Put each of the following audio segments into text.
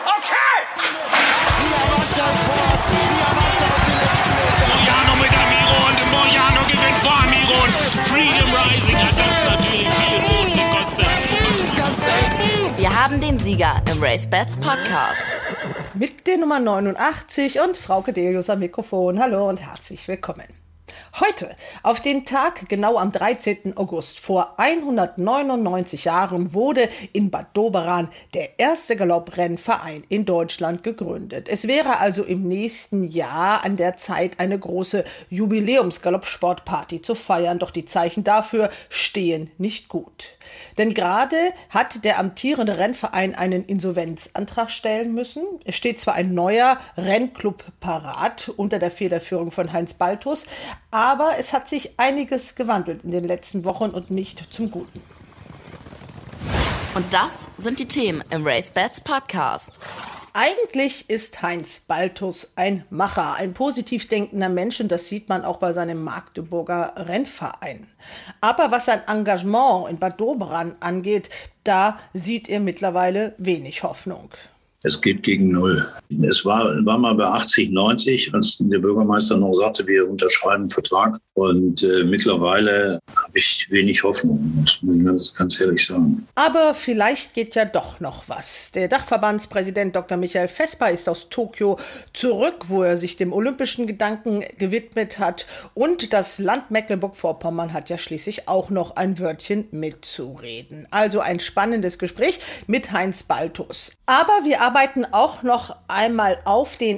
Mojano mit Amiro und Mojano gewinnt vor Amiro und Freedom Rising hat das natürlich viel gekostet. Wir haben den Sieger im Race Bats Podcast. Mit der Nummer 89 und Frauke Delius am Mikrofon. Hallo und herzlich willkommen. Heute, auf den Tag genau am 13. August vor 199 Jahren, wurde in Bad Doberan der erste Galopprennverein in Deutschland gegründet. Es wäre also im nächsten Jahr an der Zeit, eine große Jubiläumsgaloppsportparty zu feiern, doch die Zeichen dafür stehen nicht gut. Denn gerade hat der amtierende Rennverein einen Insolvenzantrag stellen müssen. Es steht zwar ein neuer Rennclub parat unter der Federführung von Heinz Baltus, aber es hat sich einiges gewandelt in den letzten Wochen und nicht zum Guten. Und das sind die Themen im Race Bats Podcast. Eigentlich ist Heinz Baltus ein Macher, ein positiv denkender Mensch, und das sieht man auch bei seinem Magdeburger Rennverein. Aber was sein Engagement in Bad Doberan angeht, da sieht er mittlerweile wenig Hoffnung. Es geht gegen Null. Es war mal bei 80, 90, als der Bürgermeister noch sagte, wir unterschreiben einen Vertrag. Und mittlerweile habe ich wenig Hoffnung, muss man ganz ehrlich sagen. Aber vielleicht geht ja doch noch was. Der Dachverbandspräsident Dr. Michael Vesper ist aus Tokio zurück, wo er sich dem olympischen Gedanken gewidmet hat. Und das Land Mecklenburg-Vorpommern hat ja schließlich auch noch ein Wörtchen mitzureden. Also ein spannendes Gespräch mit Heinz Baltus. Aber wir arbeiten auch noch einmal auf den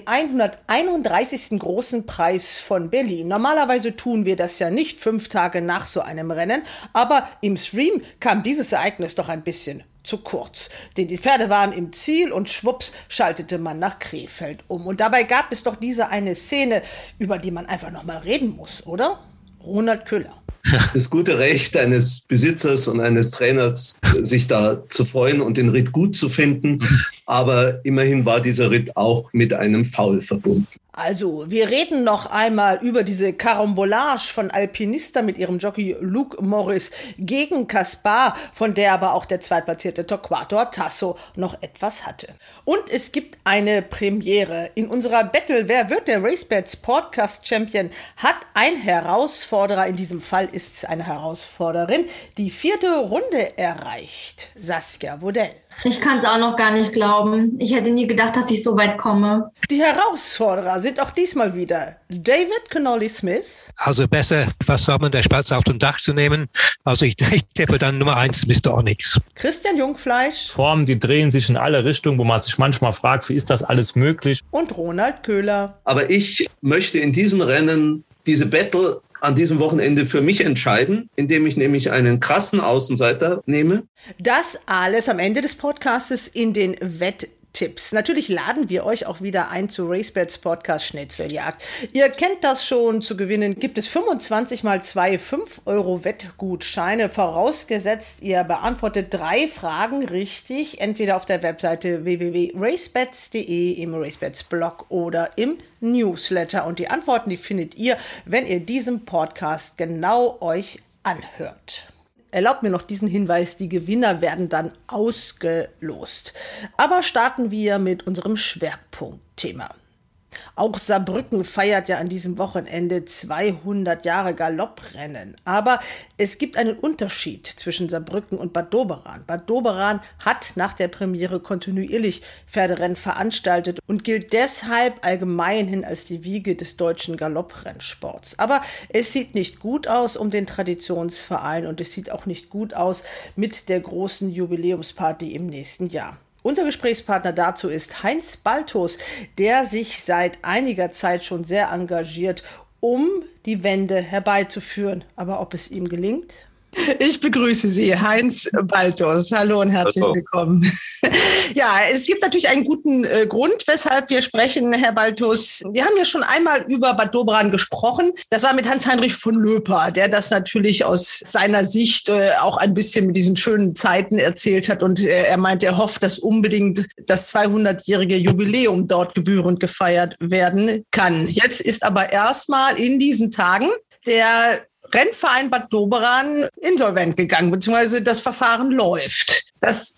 131. Großen Preis von Berlin. Normalerweise tun wir das ja nicht 5 Tage nach so einem Rennen, aber im Stream kam dieses Ereignis doch ein bisschen zu kurz. Denn die Pferde waren im Ziel und schwupps schaltete man nach Krefeld um. Und dabei gab es doch diese eine Szene, über die man einfach noch mal reden muss, oder? Ronald Köhler. Das gute Recht eines Besitzers und eines Trainers, sich da zu freuen und den Ritt gut zu finden. Aber immerhin war dieser Ritt auch mit einem Foul verbunden. Also, wir reden noch einmal über diese Karambolage von Alpinista mit ihrem Jockey Luke Morris gegen Kaspar, von der aber auch der zweitplatzierte Torquato Tasso noch etwas hatte. Und es gibt eine Premiere. In unserer Battle Wer wird der RaceBets Podcast Champion hat ein Herausforderer, in diesem Fall ist es eine Herausforderin, die 4. Runde erreicht. Saskia Wodell. Ich kann es auch noch gar nicht glauben. Ich hätte nie gedacht, dass ich so weit komme. Die Herausforderer sind auch diesmal wieder David Connolly Smith. Also besser, was soll man, der Spatz auf dem Dach zu nehmen. Also ich tippe dann Nummer 1, Mr. Onyx. Christian Jungfleisch. Formen, die drehen sich in alle Richtungen, wo man sich manchmal fragt, wie ist das alles möglich? Und Ronald Köhler. Aber ich möchte in diesem Rennen diese Battle an diesem Wochenende für mich entscheiden, indem ich nämlich einen krassen Außenseiter nehme. Das alles am Ende des Podcastes in den Wetttipps. Natürlich laden wir euch auch wieder ein zu RaceBets Podcast Schnitzeljagd. Ihr kennt das schon, zu gewinnen gibt es 25 mal 2 5€ Wettgutscheine, vorausgesetzt ihr beantwortet 3 Fragen richtig, entweder auf der Webseite www.racebets.de, im RaceBets Blog oder im Newsletter. Und die Antworten, die findet ihr, wenn ihr diesen Podcast genau euch anhört. Erlaubt mir noch diesen Hinweis, die Gewinner werden dann ausgelost. Aber starten wir mit unserem Schwerpunktthema. Auch Saarbrücken feiert ja an diesem Wochenende 200 Jahre Galopprennen. Aber es gibt einen Unterschied zwischen Saarbrücken und Bad Doberan. Bad Doberan hat nach der Premiere kontinuierlich Pferderennen veranstaltet und gilt deshalb allgemeinhin als die Wiege des deutschen Galopprennsports. Aber es sieht nicht gut aus um den Traditionsverein und es sieht auch nicht gut aus mit der großen Jubiläumsparty im nächsten Jahr. Unser Gesprächspartner dazu ist Heinz Baltus, der sich seit einiger Zeit schon sehr engagiert, um die Wende herbeizuführen. Aber ob es ihm gelingt? Ich begrüße Sie, Heinz Baltus. Hallo und herzlich willkommen. Ja, es gibt natürlich einen guten Grund, weshalb wir sprechen, Herr Baltus. Wir haben ja schon einmal über Bad Doberan gesprochen. Das war mit Hans-Heinrich von Löper, der das natürlich aus seiner Sicht auch ein bisschen mit diesen schönen Zeiten erzählt hat. Und er meint, er hofft, dass unbedingt das 200-jährige Jubiläum dort gebührend gefeiert werden kann. Jetzt ist aber erstmal in diesen Tagen der Rennverein Bad Doberan insolvent gegangen, beziehungsweise das Verfahren läuft. Das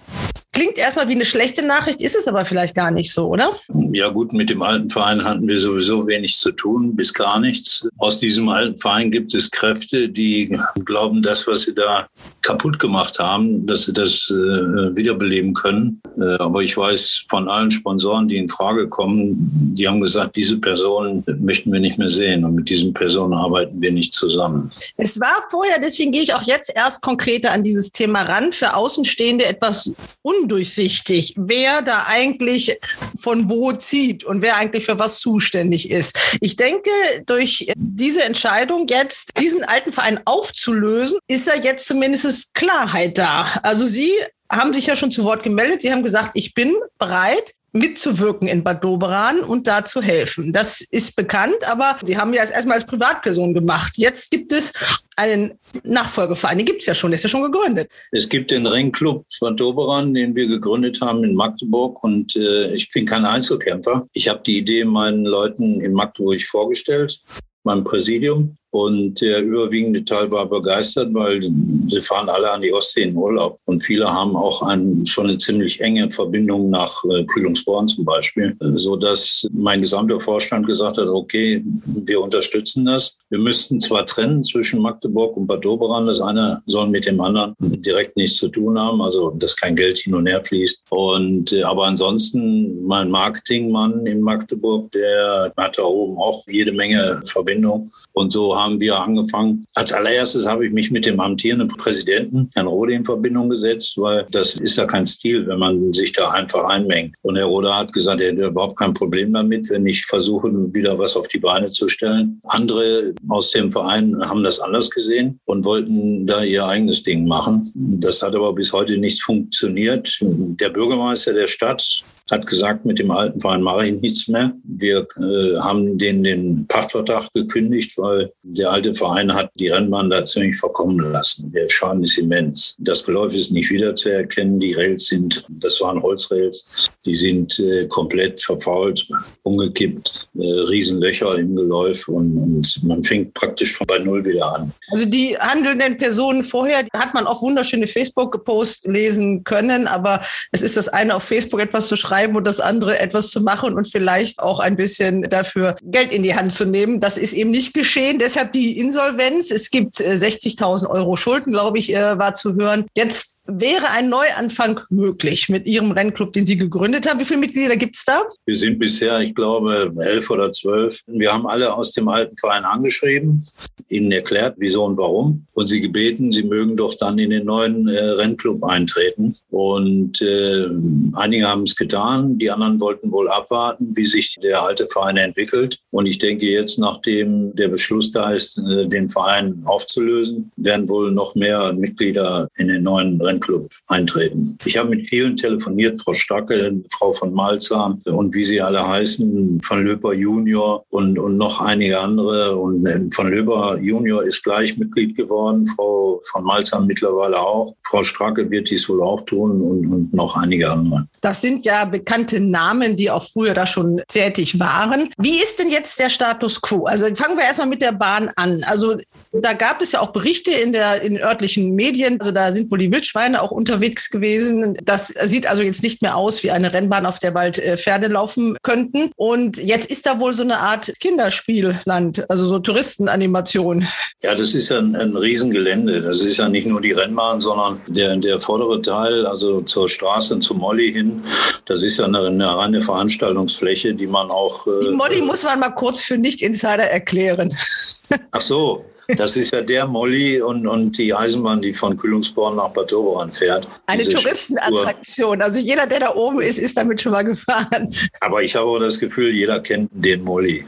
klingt erstmal wie eine schlechte Nachricht, ist es aber vielleicht gar nicht so, oder? Ja gut, mit dem alten Verein hatten wir sowieso wenig zu tun, bis gar nichts. Aus diesem alten Verein gibt es Kräfte, die glauben, das, was sie da kaputt gemacht haben, dass sie das wiederbeleben können. Aber ich weiß von allen Sponsoren, die in Frage kommen, die haben gesagt, diese Personen möchten wir nicht mehr sehen und mit diesen Personen arbeiten wir nicht zusammen. Es war vorher, deswegen gehe ich auch jetzt erst konkreter an dieses Thema ran, für Außenstehende etwas undurchsichtig, wer da eigentlich von wo zieht und wer eigentlich für was zuständig ist. Ich denke, durch diese Entscheidung jetzt, diesen alten Verein aufzulösen, ist ja jetzt zumindest Klarheit da. Also Sie haben sich ja schon zu Wort gemeldet. Sie haben gesagt, ich bin bereit, mitzuwirken in Bad Doberan und da zu helfen. Das ist bekannt, aber Sie haben ja erstmal als Privatperson gemacht. Jetzt gibt es einen Nachfolgeverein, den gibt es ja schon, der ist ja schon gegründet. Es gibt den Rennklub Bad Doberan, den wir gegründet haben in Magdeburg und ich bin kein Einzelkämpfer. Ich habe die Idee meinen Leuten in Magdeburg vorgestellt, meinem Präsidium. Und der überwiegende Teil war begeistert, weil sie fahren alle an die Ostsee in Urlaub. Und viele haben auch schon eine ziemlich enge Verbindung nach Kühlungsborn zum Beispiel, sodass mein gesamter Vorstand gesagt hat, okay, wir unterstützen das. Wir müssten zwar trennen zwischen Magdeburg und Bad Doberan. Das eine soll mit dem anderen direkt nichts zu tun haben, also dass kein Geld hin und her fließt. Aber ansonsten, mein Marketingmann in Magdeburg, der hat da oben auch jede Menge Verbindung. Und so haben wir angefangen. Als allererstes habe ich mich mit dem amtierenden Präsidenten, Herrn Rode, in Verbindung gesetzt, weil das ist ja kein Stil, wenn man sich da einfach einmengt. Und Herr Rode hat gesagt, er hätte überhaupt kein Problem damit, wenn ich versuche, wieder was auf die Beine zu stellen. Andere aus dem Verein haben das anders gesehen und wollten da ihr eigenes Ding machen. Das hat aber bis heute nicht funktioniert. Der Bürgermeister der Stadt hat gesagt, mit dem alten Verein mache ich nichts mehr. Wir haben den Pachtvertrag gekündigt, weil der alte Verein hat die Rennbahn da ziemlich verkommen lassen. Der Schaden ist immens. Das Geläuf ist nicht wiederzuerkennen. Die Rails das waren Holzrails, die sind komplett verfault, umgekippt, Riesenlöcher im Geläuf und man fängt praktisch von bei Null wieder an. Also die handelnden Personen vorher, hat man auch wunderschöne Facebook-Posts lesen können, aber es ist das eine, auf Facebook etwas zu schreiben und das andere etwas zu machen und vielleicht auch ein bisschen dafür Geld in die Hand zu nehmen. Das ist eben nicht geschehen. Deshalb die Insolvenz. Es gibt 60.000 Euro Schulden, glaube ich, war zu hören. Jetzt wäre ein Neuanfang möglich mit Ihrem Rennclub, den Sie gegründet haben. Wie viele Mitglieder gibt es da? Wir sind bisher, ich glaube, 11 oder 12. Wir haben alle aus dem alten Verein angeschrieben, ihnen erklärt, wieso und warum. Und sie gebeten, sie mögen doch dann in den neuen Rennclub eintreten. Und einige haben es getan. Die anderen wollten wohl abwarten, wie sich der alte Verein entwickelt. Und ich denke jetzt, nachdem der Beschluss da ist, den Verein aufzulösen, werden wohl noch mehr Mitglieder in den neuen Rennclub eintreten. Ich habe mit vielen telefoniert, Frau Stracke, Frau von Malzahn und wie sie alle heißen, von Löper Junior und noch einige andere. Und von Löper Junior ist gleich Mitglied geworden, Frau von Malzahn mittlerweile auch. Frau Stracke wird dies wohl auch tun und noch einige andere. Das sind ja bekannte Namen, die auch früher da schon tätig waren. Wie ist denn jetzt der Status quo? Also fangen wir erstmal mit der Bahn an. Also da gab es ja auch Berichte in den örtlichen Medien. Also da sind wohl die Wildschweine auch unterwegs gewesen. Das sieht also jetzt nicht mehr aus wie eine Rennbahn, auf der bald Pferde laufen könnten. Und jetzt ist da wohl so eine Art Kinderspielland, also so Touristenanimation. Ja, das ist ja ein Riesengelände. Das ist ja nicht nur die Rennbahn, sondern der vordere Teil, also zur Straße und zum Molly hin. Das ist ja eine reine Veranstaltungsfläche, die man auch... Die Molly muss man mal kurz für Nicht-Insider erklären. Ach so. Das ist ja der Molly und die Eisenbahn, die von Kühlungsborn nach Bad Doberan fährt. Eine Touristenattraktion. Also jeder, der da oben ist damit schon mal gefahren. Aber ich habe auch das Gefühl, jeder kennt den Molly.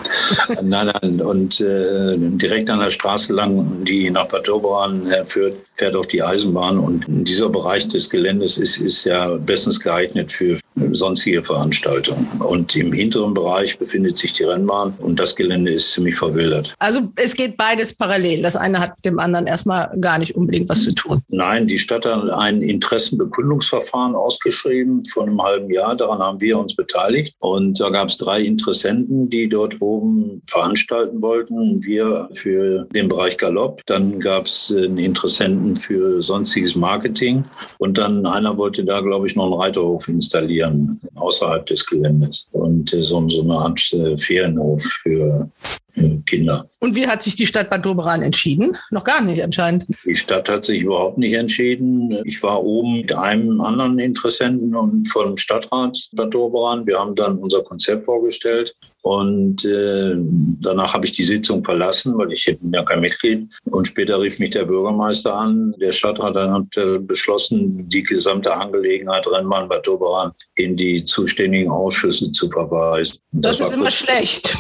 Nein. Und direkt an der Straße lang, die nach Bad Doberan führt, fährt auch die Eisenbahn. Und dieser Bereich des Geländes ist ja bestens geeignet für sonstige Veranstaltungen. Und im hinteren Bereich befindet sich die Rennbahn und das Gelände ist ziemlich verwildert. Also es geht beides parallel. Das eine hat mit dem anderen erstmal gar nicht unbedingt was zu tun. Nein, die Stadt hat ein Interessenbekundungsverfahren ausgeschrieben vor einem halben Jahr. Daran haben wir uns beteiligt. Und da gab es 3 Interessenten, die dort oben veranstalten wollten. Wir für den Bereich Galopp. Dann gab es einen Interessenten für sonstiges Marketing. Und dann einer wollte da, glaube ich, noch einen Reiterhof installieren außerhalb des Geländes. Und so eine Art Ferienhof für Kinder. Und wie hat sich die Stadt Bad Doberan entschieden? Noch gar nicht anscheinend. Die Stadt hat sich überhaupt nicht entschieden. Ich war oben mit einem anderen Interessenten und vom Stadtrat Bad Doberan. Wir haben dann unser Konzept vorgestellt. Und danach habe ich die Sitzung verlassen, weil ich bin ja kein Mitglied. Und später rief mich der Bürgermeister an. Der Stadtrat hat beschlossen, die gesamte Angelegenheit Rennbahn Bad Doberan in die zuständigen Ausschüsse zu verweisen. Das ist immer schlecht.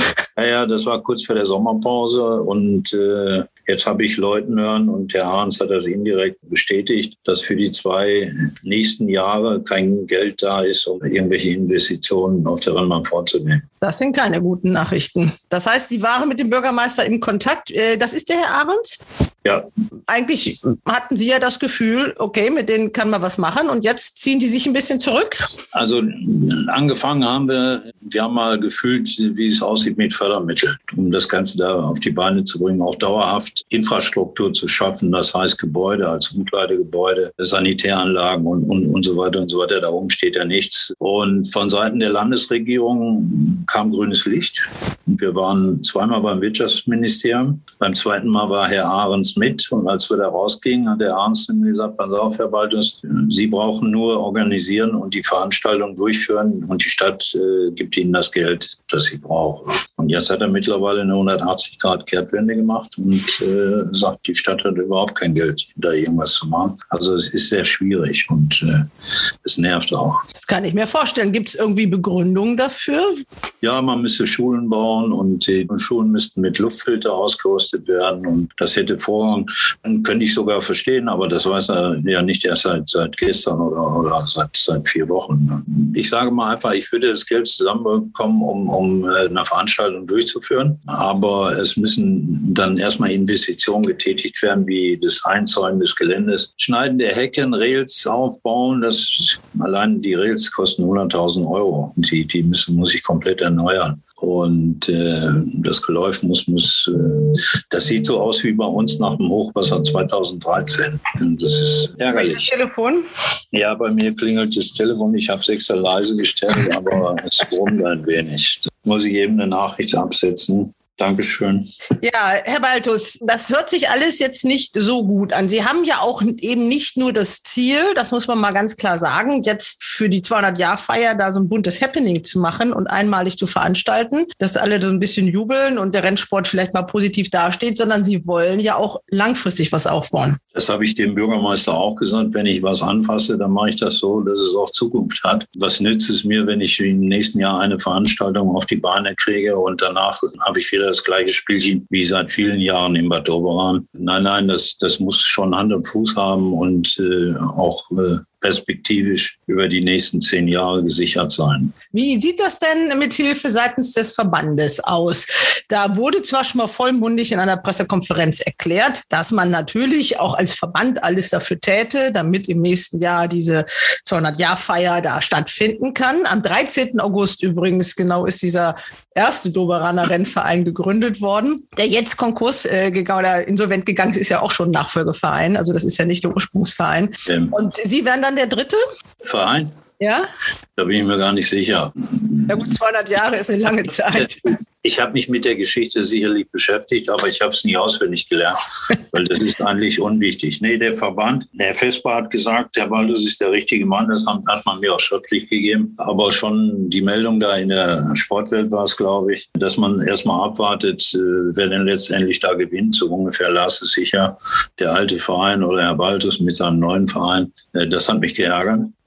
Ja, das war kurz vor der Sommerpause und jetzt habe ich Leuten hören und Herr Ahrens hat das indirekt bestätigt, dass für die 2 nächsten Jahre kein Geld da ist, um irgendwelche Investitionen auf der Rennbahn vorzunehmen. Das sind keine guten Nachrichten. Das heißt, Sie waren mit dem Bürgermeister im Kontakt. Das ist der Herr Ahrens? Ja. Eigentlich hatten Sie ja das Gefühl, okay, mit denen kann man was machen und jetzt ziehen die sich ein bisschen zurück? Also angefangen haben wir haben mal gefühlt, wie es aussieht mit Fördermitteln, um das Ganze da auf die Beine zu bringen, auch dauerhaft Infrastruktur zu schaffen, das heißt Gebäude als Umkleidegebäude, Sanitäranlagen und so weiter und so weiter. Da oben steht ja nichts. Und von Seiten der Landesregierung kam grünes Licht. Wir waren 2-mal beim Wirtschaftsministerium. Beim 2. Mal war Herr Ahrens mit. Und als wir da rausgingen, hat der Ahrens mir gesagt, pass auf, Herr Baltus, Sie brauchen nur organisieren und die Veranstaltung durchführen. Und die Stadt gibt Ihnen das Geld, das Sie brauchen. Und jetzt hat er mittlerweile eine 180-Grad-Kehrtwende gemacht und sagt, die Stadt hat überhaupt kein Geld, da irgendwas zu machen. Also es ist sehr schwierig und es nervt auch. Das kann ich mir vorstellen. Gibt es irgendwie Begründungen dafür? Ja, man müsste Schulen bauen und die Schulen müssten mit Luftfilter ausgerüstet werden und das hätte Vorrang. Dann könnte ich sogar verstehen, aber das weiß er ja nicht erst seit gestern oder seit 4 Wochen. Ich sage mal einfach, ich würde das Geld zusammenbekommen, um eine Veranstaltung durchzuführen, aber es müssen dann erstmal Investitionen getätigt werden, wie das Einzäunen des Geländes, Schneiden der Hecken, Rails aufbauen, allein die Rails kosten 100.000 €. Die muss ich komplett erneuern. Und das Geläuf das sieht so aus wie bei uns nach dem Hochwasser 2013. Und das ist ärgerlich. Das Telefon? Ja, bei mir klingelt das Telefon. Ich habe es extra leise gestellt, aber es brummt ein wenig. Da muss ich eben eine Nachricht absetzen. Dankeschön. Ja, Herr Baltus, das hört sich alles jetzt nicht so gut an. Sie haben ja auch eben nicht nur das Ziel, das muss man mal ganz klar sagen, jetzt für die 200-Jahr-Feier da so ein buntes Happening zu machen und einmalig zu veranstalten, dass alle so ein bisschen jubeln und der Rennsport vielleicht mal positiv dasteht, sondern Sie wollen ja auch langfristig was aufbauen. Das habe ich dem Bürgermeister auch gesagt. Wenn ich was anfasse, dann mache ich das so, dass es auch Zukunft hat. Was nützt es mir, wenn ich im nächsten Jahr eine Veranstaltung auf die Beine kriege und danach habe ich wieder das gleiche Spielchen wie seit vielen Jahren in Bad Doberan? Nein, das muss schon Hand und Fuß haben und auch perspektivisch über die nächsten 10 Jahre gesichert sein. Wie sieht das denn mit Hilfe seitens des Verbandes aus? Da wurde zwar schon mal vollmundig in einer Pressekonferenz erklärt, dass man natürlich auch als Verband alles dafür täte, damit im nächsten Jahr diese 200-Jahr-Feier da stattfinden kann. Am 13. August übrigens genau ist dieser erste Doberaner Rennverein gegründet worden. Der jetzt Konkurs oder insolvent gegangen ist ja auch schon ein Nachfolgeverein. Also das ist ja nicht der Ursprungsverein. Und Sie werden dann der 3. Verein? Ja? Da bin ich mir gar nicht sicher. Ja gut, 200 Jahre ist eine lange Zeit. Ich habe mich mit der Geschichte sicherlich beschäftigt, aber ich habe es nie auswendig gelernt, weil das ist eigentlich unwichtig. Nee, der Verband, der FESPA hat gesagt, Herr Baltus ist der richtige Mann, das hat man mir auch schriftlich gegeben. Aber schon die Meldung da in der Sportwelt war es, glaube ich, dass man erstmal abwartet, wer denn letztendlich da gewinnt. So ungefähr las es sich ja der alte Verein oder Herr Baltus mit seinem neuen Verein. Das hat mich geärgert,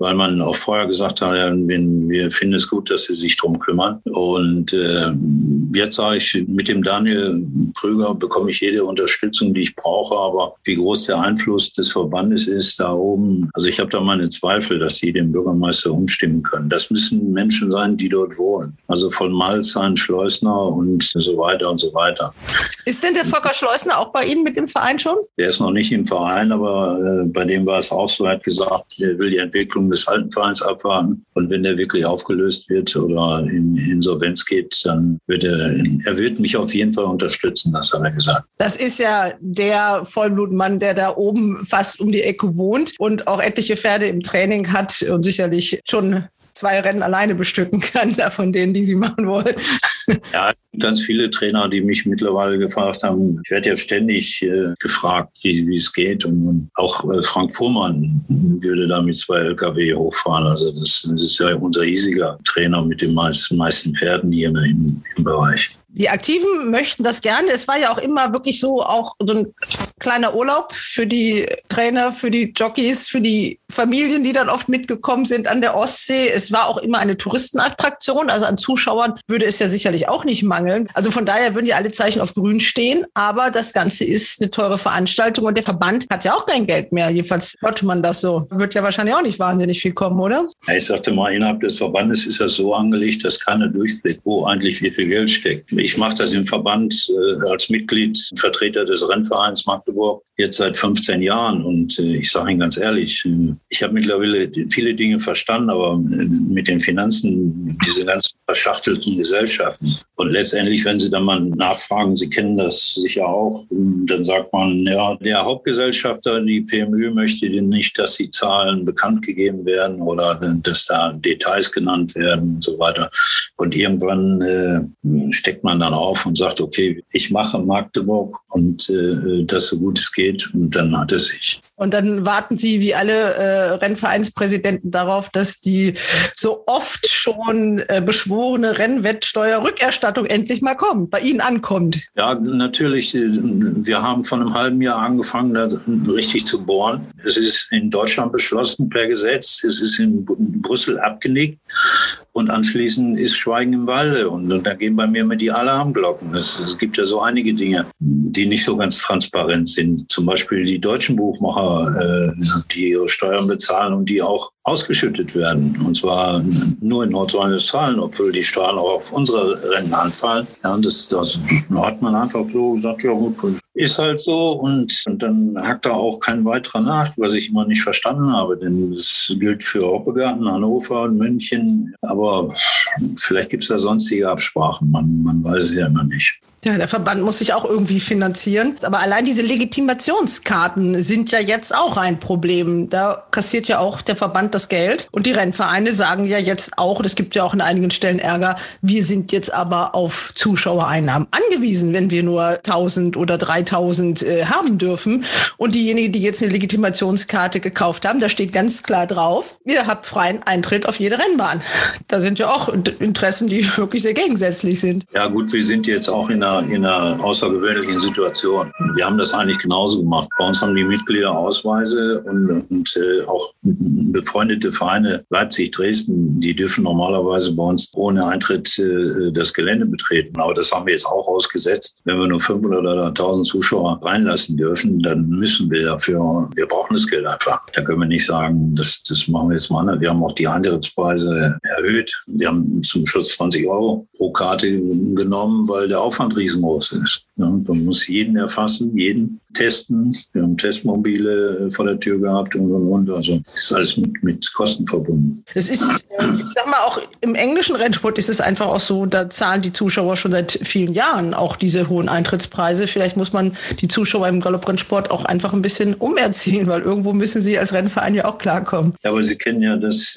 weil man auch vorher gesagt hat, ja, wir finden es gut, dass sie sich drum kümmern. Und jetzt sage ich, mit dem Daniel Krüger bekomme ich jede Unterstützung, die ich brauche. Aber wie groß der Einfluss des Verbandes ist da oben, also ich habe da meine Zweifel, dass sie den Bürgermeister umstimmen können. Das müssen Menschen sein, die dort wohnen. Also von Malzahn, Schleusner und so weiter und so weiter. Ist denn der Volker Schleusner auch bei Ihnen mit im Verein schon? Der ist noch nicht im Verein, aber bei dem war es auch so, er hat gesagt, er will die Entwicklung des alten Vereins abwarten. Und wenn der wirklich aufgelöst wird oder in Insolvenz geht, dann wird er wird mich auf jeden Fall unterstützen, das hat er gesagt. Das ist ja der Vollblutmann, der da oben fast um die Ecke wohnt und auch etliche Pferde im Training hat und sicherlich schon 2 Rennen alleine bestücken kann, von denen, die sie machen wollen. Ja, ganz viele Trainer, die mich mittlerweile gefragt haben. Ich werde ja ständig gefragt, wie es geht. Und auch Frank Fuhrmann würde da mit 2 LKW hochfahren. Also das ist ja unser riesiger Trainer mit den meisten Pferden hier im Bereich. Die Aktiven möchten das gerne. Es war ja auch immer wirklich so auch so ein kleiner Urlaub für die Trainer, für die Jockeys, für die Familien, die dann oft mitgekommen sind an der Ostsee. Es war auch immer eine Touristenattraktion. Also an Zuschauern würde es ja sicherlich auch nicht mangeln. Also von daher würden ja alle Zeichen auf grün stehen. Aber das Ganze ist eine teure Veranstaltung und der Verband hat ja auch kein Geld mehr. Jedenfalls hört man das so. Wird ja wahrscheinlich auch nicht wahnsinnig viel kommen, oder? Ja, ich sagte mal, innerhalb des Verbandes ist das so angelegt, dass keiner durchblickt, wo eigentlich wie viel Geld steckt. Ich mache das im Verband als Mitglied, Vertreter des Rennvereins Magdeburg, jetzt seit 15 Jahren. Und ich sage Ihnen ganz ehrlich, ich habe mittlerweile viele Dinge verstanden, aber mit den Finanzen, diese ganzen verschachtelten Gesellschaften. Und letztendlich, wenn Sie dann mal nachfragen, Sie kennen das sicher auch, dann sagt man, ja, der Hauptgesellschafter, die PMÜ, möchte nicht, dass die Zahlen bekannt gegeben werden oder dass da Details genannt werden und so weiter. Und irgendwann steckt man dann auf und sagt, okay, ich mache Magdeburg und das so gut es geht, und dann hat es sich. Und dann warten Sie wie alle Rennvereinspräsidenten darauf, dass die so oft schon beschworene Rennwettsteuerrückerstattung endlich mal kommt, bei Ihnen ankommt. Ja, natürlich. Wir haben vor einem halben Jahr angefangen, da richtig zu bohren. Es ist in Deutschland beschlossen per Gesetz. Es ist in Brüssel abgenickt. Und anschließend ist Schweigen im Walde. Und da gehen bei mir immer die Alarmglocken. Es gibt ja so einige Dinge, die nicht so ganz transparent sind. Zum Beispiel die deutschen Buchmacher, die ihre Steuern bezahlen und die auch ausgeschüttet werden. Und zwar nur in Nordrhein-Westfalen, obwohl die Steuern auch auf unsere Rennen anfallen. Ja, und das hat man einfach so gesagt, ja gut, ist halt so. Und dann hakt da auch kein weiterer nach, was ich immer nicht verstanden habe. Denn das gilt für Hoppegarten, Hannover und München. Aber vielleicht gibt es da sonstige Absprachen. Man weiß es ja immer nicht. Ja, der Verband muss sich auch irgendwie finanzieren. Aber allein diese Legitimationskarten sind ja jetzt auch ein Problem. Da kassiert ja auch der Verband das Geld. Und die Rennvereine sagen ja jetzt auch, das gibt ja auch an einigen Stellen Ärger, wir sind jetzt aber auf Zuschauereinnahmen angewiesen, wenn wir nur 1.000 oder 3.000 haben dürfen. Und diejenigen, die jetzt eine Legitimationskarte gekauft haben, da steht ganz klar drauf, ihr habt freien Eintritt auf jede Rennbahn. Da sind ja auch Interessen, die wirklich sehr gegensätzlich sind. Ja gut, wir sind jetzt auch in einer außergewöhnlichen Situation. Wir haben das eigentlich genauso gemacht. Bei uns haben die Mitglieder Ausweise und auch befreundete Vereine, Leipzig, Dresden, die dürfen normalerweise bei uns ohne Eintritt das Gelände betreten. Aber das haben wir jetzt auch ausgesetzt. Wenn wir nur 500 oder 1.000 Zuschauer reinlassen dürfen, dann müssen wir dafür, wir brauchen das Geld einfach. Da können wir nicht sagen, das machen wir jetzt mal anders. Wir haben auch die Eintrittspreise erhöht. Wir haben zum Schluss 20 € pro Karte genommen, weil der Aufwand riesengroß ist. Ja, man muss jeden erfassen, jeden testen. Wir haben Testmobile vor der Tür gehabt und. Also das ist alles mit Kosten verbunden. Es ist, ich sag mal, auch im englischen Rennsport ist es einfach auch so, da zahlen die Zuschauer schon seit vielen Jahren auch diese hohen Eintrittspreise. Vielleicht muss man die Zuschauer im Galopprennsport auch einfach ein bisschen umerziehen, weil irgendwo müssen sie als Rennverein ja auch klarkommen. Ja, aber Sie kennen ja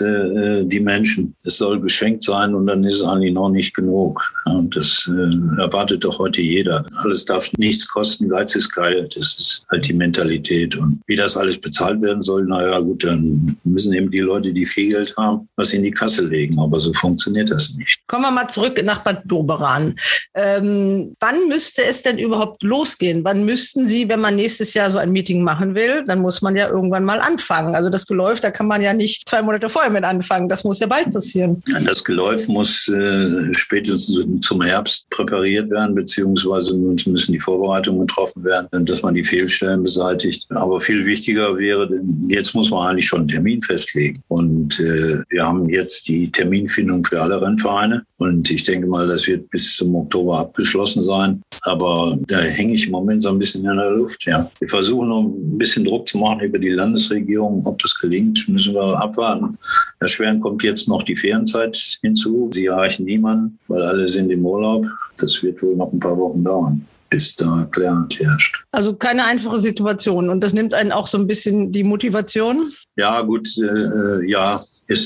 die Menschen. Es soll beschenkt sein und dann ist es eigentlich noch nicht genug. Ja, das erwartet doch heute jeder. Alles darf nichts kosten, Geiz ist geil. Das ist halt die Mentalität. Und wie das alles bezahlt werden soll, naja gut, dann müssen eben die Leute, die viel Geld haben, was in die Kasse legen. Aber so funktioniert das nicht. Kommen wir mal zurück nach Bad Doberan. Wann müsste es denn überhaupt losgehen? Wann müssten Sie, wenn man nächstes Jahr so ein Meeting machen will, dann muss man ja irgendwann mal anfangen. Also das Geläuf, da kann man ja nicht 2 Monate vorher mit anfangen. Das muss ja bald passieren. Ja, das Geläuf muss spätestens zum Herbst präpariert werden, beziehungsweise müssen die Vorbereitungen getroffen werden, dass man die Fehlstellen beseitigt. Aber viel wichtiger wäre, jetzt muss man eigentlich schon einen Termin festlegen. Und wir haben jetzt die Terminfindung für alle Rennvereine. Und ich denke mal, das wird bis zum Oktober abgeschlossen sein. Aber da hänge ich im Moment so ein bisschen in der Luft. Ja. Wir versuchen noch ein bisschen Druck zu machen über die Landesregierung. Ob das gelingt, müssen wir abwarten. Erschwerend kommt jetzt noch die Ferienzeit hinzu. Sie erreichen niemanden, weil alle sind im Urlaub. Das wird wohl noch ein paar Wochen dauern, bis da Klarheit herrscht. Also keine einfache Situation. Und das nimmt einen auch so ein bisschen die Motivation? Ja, gut, ja.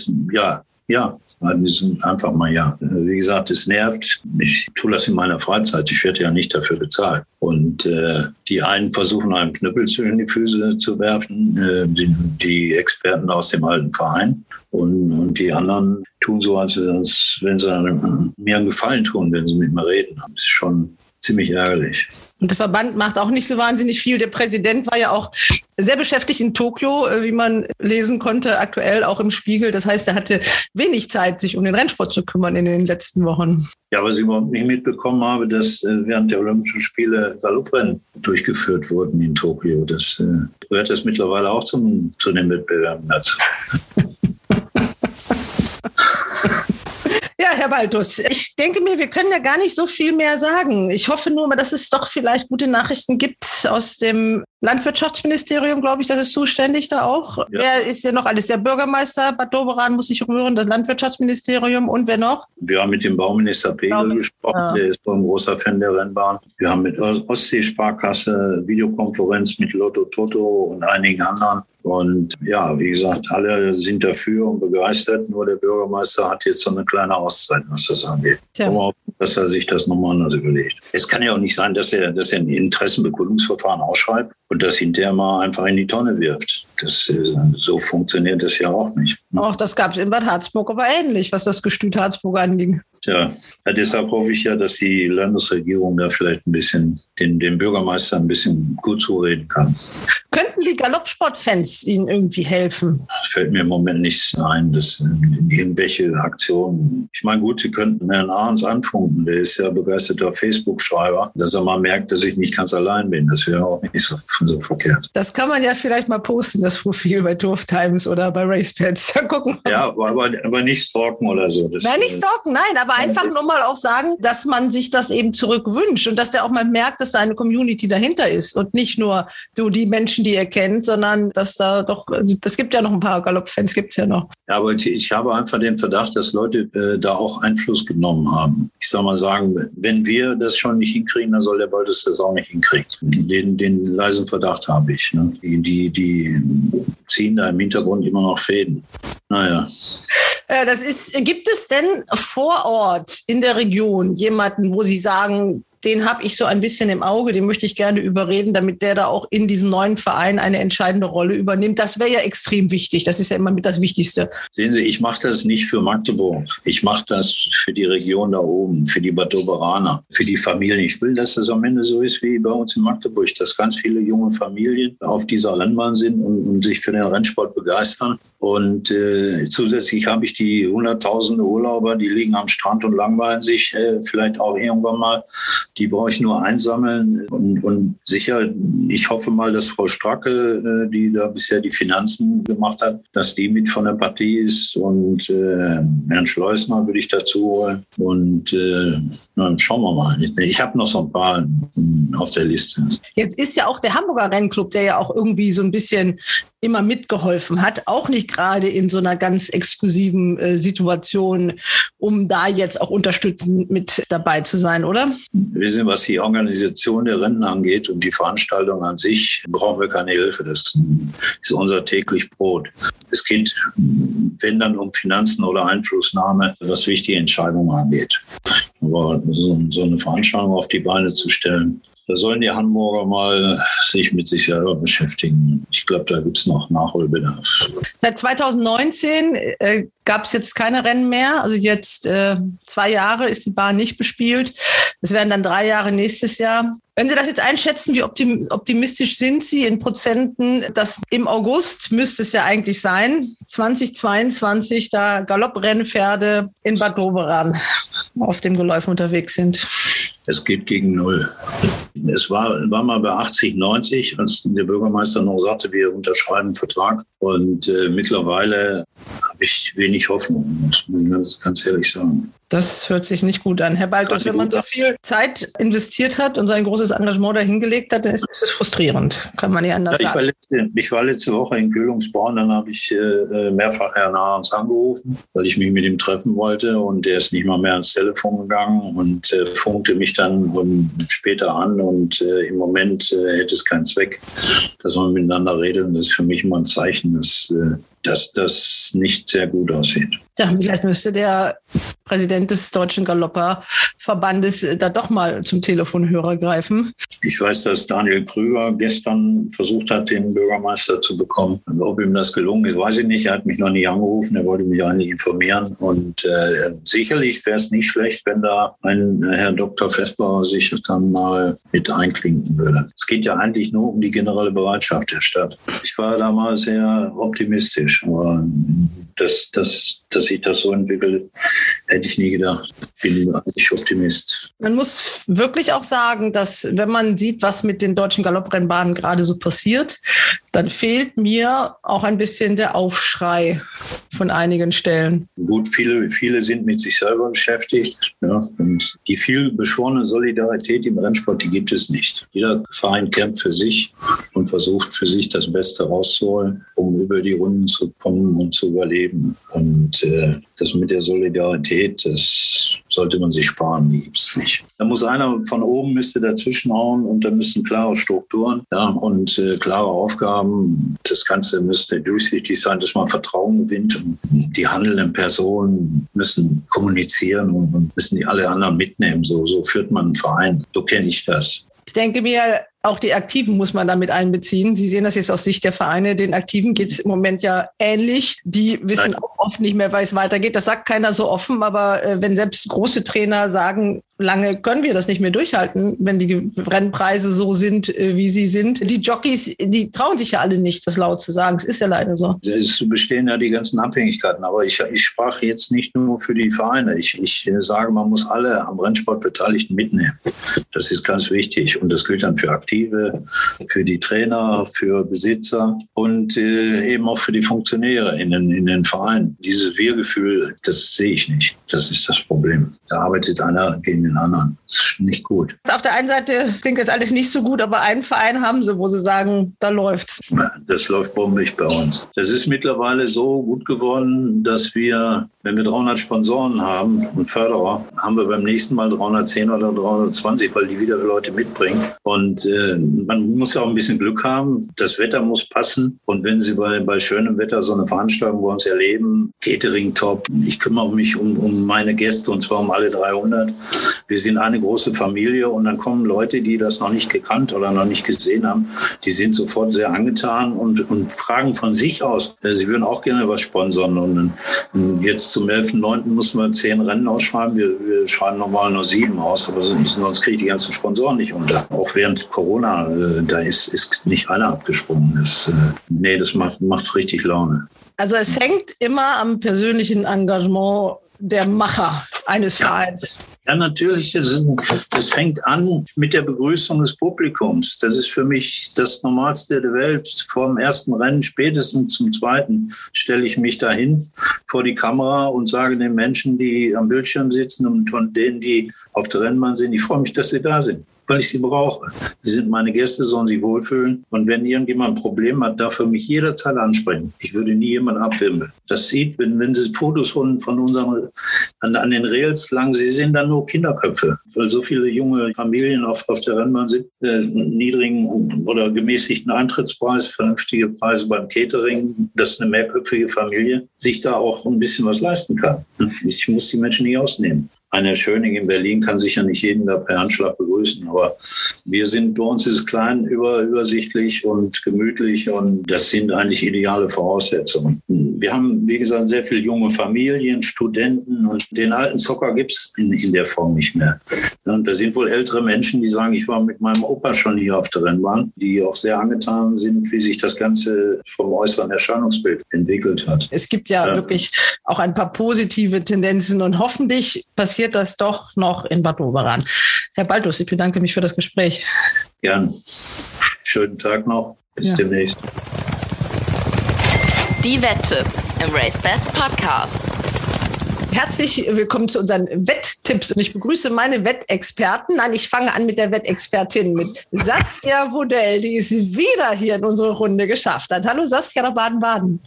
Einfach mal ja. Wie gesagt, es nervt. Ich tue das in meiner Freizeit. Ich werde ja nicht dafür bezahlt. Und die einen versuchen einem Knüppel in die Füße zu werfen, die Experten aus dem alten Verein. Und die anderen tun so, als wenn sie mir einen Gefallen tun, wenn sie mit mir reden. Das ist schon ziemlich ärgerlich. Und der Verband macht auch nicht so wahnsinnig viel. Der Präsident war ja auch sehr beschäftigt in Tokio, wie man lesen konnte, aktuell auch im Spiegel. Das heißt, er hatte wenig Zeit, sich um den Rennsport zu kümmern in den letzten Wochen. Ja, was ich überhaupt nicht mitbekommen habe, dass während der Olympischen Spiele Galopprennen durchgeführt wurden in Tokio. Das gehört das mittlerweile auch zu den Wettbewerben dazu. Ja, Herr Baltus, ich denke mir, wir können ja gar nicht so viel mehr sagen. Ich hoffe nur mal, dass es doch vielleicht gute Nachrichten gibt aus dem Landwirtschaftsministerium, glaube ich, das ist zuständig da auch. Ja. Wer ist ja noch alles? Der Bürgermeister Bad Doberan muss sich rühren, das Landwirtschaftsministerium und wer noch? Wir haben mit dem Bauminister Pegel gesprochen, ja. Der ist ein großer Fan der Rennbahn. Wir haben mit Ostsee-Sparkasse Videokonferenz mit Lotto Toto und einigen anderen. Und ja, wie gesagt, alle sind dafür und begeistert. Nur der Bürgermeister hat jetzt so eine kleine Auszeit, was das angeht. Ja. Dass er sich das nochmal anders überlegt. Es kann ja auch nicht sein, dass er ein Interessenbekundungsverfahren ausschreibt und das hinterher mal einfach in die Tonne wirft. So funktioniert das ja auch nicht. Auch das gab es in Bad Harzburg aber ähnlich, was das Gestüt Harzburg anging. Tja, deshalb hoffe ich ja, dass die Landesregierung da vielleicht ein bisschen den Bürgermeister ein bisschen gut zureden kann. Könnten die Galoppsportfans Ihnen irgendwie helfen? Fällt mir im Moment nichts ein, dass irgendwelche Aktionen. Ich meine, gut, Sie könnten Herrn Ahrens anfunken, der ist ja begeisterter Facebook-Schreiber, dass er mal merkt, dass ich nicht ganz allein bin. Das wäre auch nicht so verkehrt. Das kann man ja vielleicht mal posten, das Profil bei Turf Times oder bei RacePets. Gucken. Ja, aber nicht stalken oder so. Nein, nicht stalken, nein, aber einfach nur mal auch sagen, dass man sich das eben zurückwünscht und dass der auch mal merkt, dass da eine Community dahinter ist und nicht nur die Menschen, die er kennt, sondern dass da doch, das gibt ja noch ein paar Galopp-Fans, gibt es ja noch. Ja, aber ich habe einfach den Verdacht, dass Leute da auch Einfluss genommen haben. Ich soll mal sagen, wenn wir das schon nicht hinkriegen, dann soll der Baltus das auch nicht hinkriegen. Den leisen Verdacht habe ich. Ne? Die ziehen da im Hintergrund immer noch Fäden. Naja. Gibt es denn vor Ort in der Region jemanden, wo Sie sagen, den habe ich so ein bisschen im Auge, den möchte ich gerne überreden, damit der da auch in diesem neuen Verein eine entscheidende Rolle übernimmt. Das wäre ja extrem wichtig. Das ist ja immer mit das Wichtigste. Sehen Sie, ich mache das nicht für Magdeburg. Ich mache das für die Region da oben, für die Bad Doberaner, für die Familien. Ich will, dass das am Ende so ist wie bei uns in Magdeburg, dass ganz viele junge Familien auf dieser Rennbahn sind und sich für den Rennsport begeistern. Und zusätzlich habe ich die hunderttausende Urlauber, die liegen am Strand und langweilen sich vielleicht auch irgendwann mal. Die brauche ich nur einsammeln und sicher, ich hoffe mal, dass Frau Stracke, die da bisher die Finanzen gemacht hat, dass die mit von der Partie ist und Herrn Schleusner würde ich dazu holen und dann schauen wir mal. Ich habe noch so ein paar auf der Liste. Jetzt ist ja auch der Hamburger Rennclub, der ja auch irgendwie so ein bisschen immer mitgeholfen hat, auch nicht gerade in so einer ganz exklusiven Situation, um da jetzt auch unterstützend mit dabei zu sein, oder? Wissen, was die Organisation der Rennen angeht und die Veranstaltung an sich, brauchen wir keine Hilfe. Das ist unser täglich Brot. Es geht, wenn dann, um Finanzen oder Einflussnahme, was wichtige Entscheidungen angeht. Aber so eine Veranstaltung auf die Beine zu stellen, Da sollen die Hamburger mal sich mit sich selber beschäftigen. Ich glaube, da gibt es noch Nachholbedarf. Seit 2019 gab es jetzt keine Rennen mehr. Also jetzt 2 Jahre ist die Bahn nicht bespielt. Es werden dann 3 Jahre nächstes Jahr. Wenn Sie das jetzt einschätzen, wie optimistisch sind Sie in Prozenten, dass im August, müsste es ja eigentlich sein, 2022 da Galopprennpferde in Bad Doberan auf dem Geläuf unterwegs sind? Es geht gegen 0. Es war mal bei 80, 90, als der Bürgermeister noch sagte, wir unterschreiben einen Vertrag. Und mittlerweile habe ich wenig Hoffnung, muss man ganz ehrlich sagen. Das hört sich nicht gut an. Herr Baltus, wenn man so viel Zeit investiert hat und sein großes Engagement dahingelegt hat, dann ist es frustrierend. Kann man nicht anders sagen. Ich war letzte Woche in Kühlungsborn, dann habe ich mehrfach Herrn Ahrens angerufen, weil ich mich mit ihm treffen wollte, und der ist nicht mal mehr ans Telefon gegangen und funkte mich dann später an, und im Moment hätte es keinen Zweck, dass man miteinander redet, und das ist für mich immer ein Zeichen, dass das nicht sehr gut aussieht. Ja, vielleicht müsste der Präsident des Deutschen Galopperverbandes da doch mal zum Telefonhörer greifen. Ich weiß, dass Daniel Krüger gestern versucht hat, den Bürgermeister zu bekommen. Ob ihm das gelungen ist, weiß ich nicht. Er hat mich noch nie angerufen. Er wollte mich eigentlich informieren. Und sicherlich wäre es nicht schlecht, wenn da ein Herr Dr. Vesper sich dann mal mit einklinken würde. Es geht ja eigentlich nur um die generelle Bereitschaft der Stadt. Ich war damals sehr optimistisch, aber dass sich das so entwickelt, hätte ich nie gedacht. Bin eigentlich Optimist. Man muss wirklich auch sagen, dass wenn man sieht, was mit den deutschen Galopprennbahnen gerade so passiert, dann fehlt mir auch ein bisschen der Aufschrei von einigen Stellen. Gut, viele sind mit sich selber beschäftigt. Ja, und die viel beschworene Solidarität im Rennsport, die gibt es nicht. Jeder Verein kämpft für sich und versucht für sich das Beste rauszuholen, um über die Runden zu kommen und zu überleben. Und das mit der Solidarität, das sollte man sich sparen, die gibt es nicht. Da muss einer von oben müsste dazwischenhauen, und da müssen klare Strukturen und klare Aufgaben. Das Ganze müsste durchsichtig sein, dass man Vertrauen gewinnt. Und die handelnden Personen müssen kommunizieren und müssen die alle anderen mitnehmen. So führt man einen Verein. So kenne ich das. Ich denke mir, auch die Aktiven muss man damit einbeziehen. Sie sehen das jetzt aus Sicht der Vereine. Den Aktiven geht es im Moment ja ähnlich. Die wissen auch oft nicht mehr, wie es weitergeht. Das sagt keiner so offen. Aber wenn selbst große Trainer sagen, lange können wir das nicht mehr durchhalten, wenn die Rennpreise so sind, wie sie sind. Die Jockeys, die trauen sich ja alle nicht, das laut zu sagen. Es ist ja leider so. Es bestehen ja die ganzen Abhängigkeiten. Aber ich sprach jetzt nicht nur für die Vereine. Ich sage, man muss alle am Rennsport Beteiligten mitnehmen. Das ist ganz wichtig. Und das gilt dann für Aktive, für die Trainer, für Besitzer und eben auch für die Funktionäre in den Vereinen. Dieses Wir-Gefühl, das sehe ich nicht. Das ist das Problem. Da arbeitet einer gegen den anderen. Das ist nicht gut. Auf der einen Seite klingt das alles nicht so gut, aber einen Verein haben sie, wo sie sagen, da läuft's. Das läuft bombig bei uns. Das ist mittlerweile so gut geworden, dass wir, wenn wir 300 Sponsoren haben und Förderer, haben wir beim nächsten Mal 310 oder 320, weil die wieder Leute mitbringen. Und man muss ja auch ein bisschen Glück haben. Das Wetter muss passen. Und wenn Sie bei schönem Wetter so eine Veranstaltung bei uns erleben, Catering top, ich kümmere mich um meine Gäste, und zwar um alle 300. Wir sind eine große Familie, und dann kommen Leute, die das noch nicht gekannt oder noch nicht gesehen haben. Die sind sofort sehr angetan und fragen von sich aus, sie würden auch gerne was sponsern. Und jetzt zum 11.9. mussten wir 10 Rennen ausschreiben. Wir schreiben normal nur 7 aus, aber sonst kriege ich die ganzen Sponsoren nicht unter. Auch während Corona, da ist nicht einer abgesprungen. Das macht richtig Laune. Also es hängt immer am persönlichen Engagement der Macher eines Vereins. Ja, natürlich. Das fängt an mit der Begrüßung des Publikums. Das ist für mich das Normalste der Welt. Vor dem ersten Rennen, spätestens zum zweiten, stelle ich mich dahin vor die Kamera und sage den Menschen, die am Bildschirm sitzen, und von denen, die auf der Rennbahn sind, ich freue mich, dass sie da sind, weil ich sie brauche. Sie sind meine Gäste, sollen sich wohlfühlen. Und wenn irgendjemand ein Problem hat, darf er mich jederzeit ansprechen. Ich würde nie jemanden abwimmeln. Das sieht, wenn Sie Fotos von unseren an den Rails lang, Sie sehen dann nur Kinderköpfe, weil so viele junge Familien auf der Rennbahn sind, niedrigen oder gemäßigten Eintrittspreis, vernünftige Preise beim Catering, dass eine mehrköpfige Familie sich da auch ein bisschen was leisten kann. Ich muss die Menschen nicht ausnehmen. Eine Schöning in Berlin kann sicher nicht jeden da per Handschlag begrüßen, aber bei uns ist es klein, übersichtlich und gemütlich und das sind eigentlich ideale Voraussetzungen. Wir haben, wie gesagt, sehr viele junge Familien, Studenten und den alten Zocker gibt es in der Form nicht mehr. Und da sind wohl ältere Menschen, die sagen, ich war mit meinem Opa schon hier auf der Rennbahn, die auch sehr angetan sind, wie sich das Ganze vom äußeren Erscheinungsbild entwickelt hat. Es gibt ja wirklich auch ein paar positive Tendenzen und hoffentlich passiert das doch noch in Bad Doberan. Herr Baltus, ich bedanke mich für das Gespräch. Gern. Schönen Tag noch. Bis demnächst. Die Wetttipps im RaceBets Podcast. Herzlich willkommen zu unseren Wetttipps und ich begrüße meine Wettexperten. Nein, ich fange an mit der Wettexpertin, mit Saskia Wodell, die es wieder hier in unsere Runde geschafft hat. Hallo Saskia nach Baden-Baden.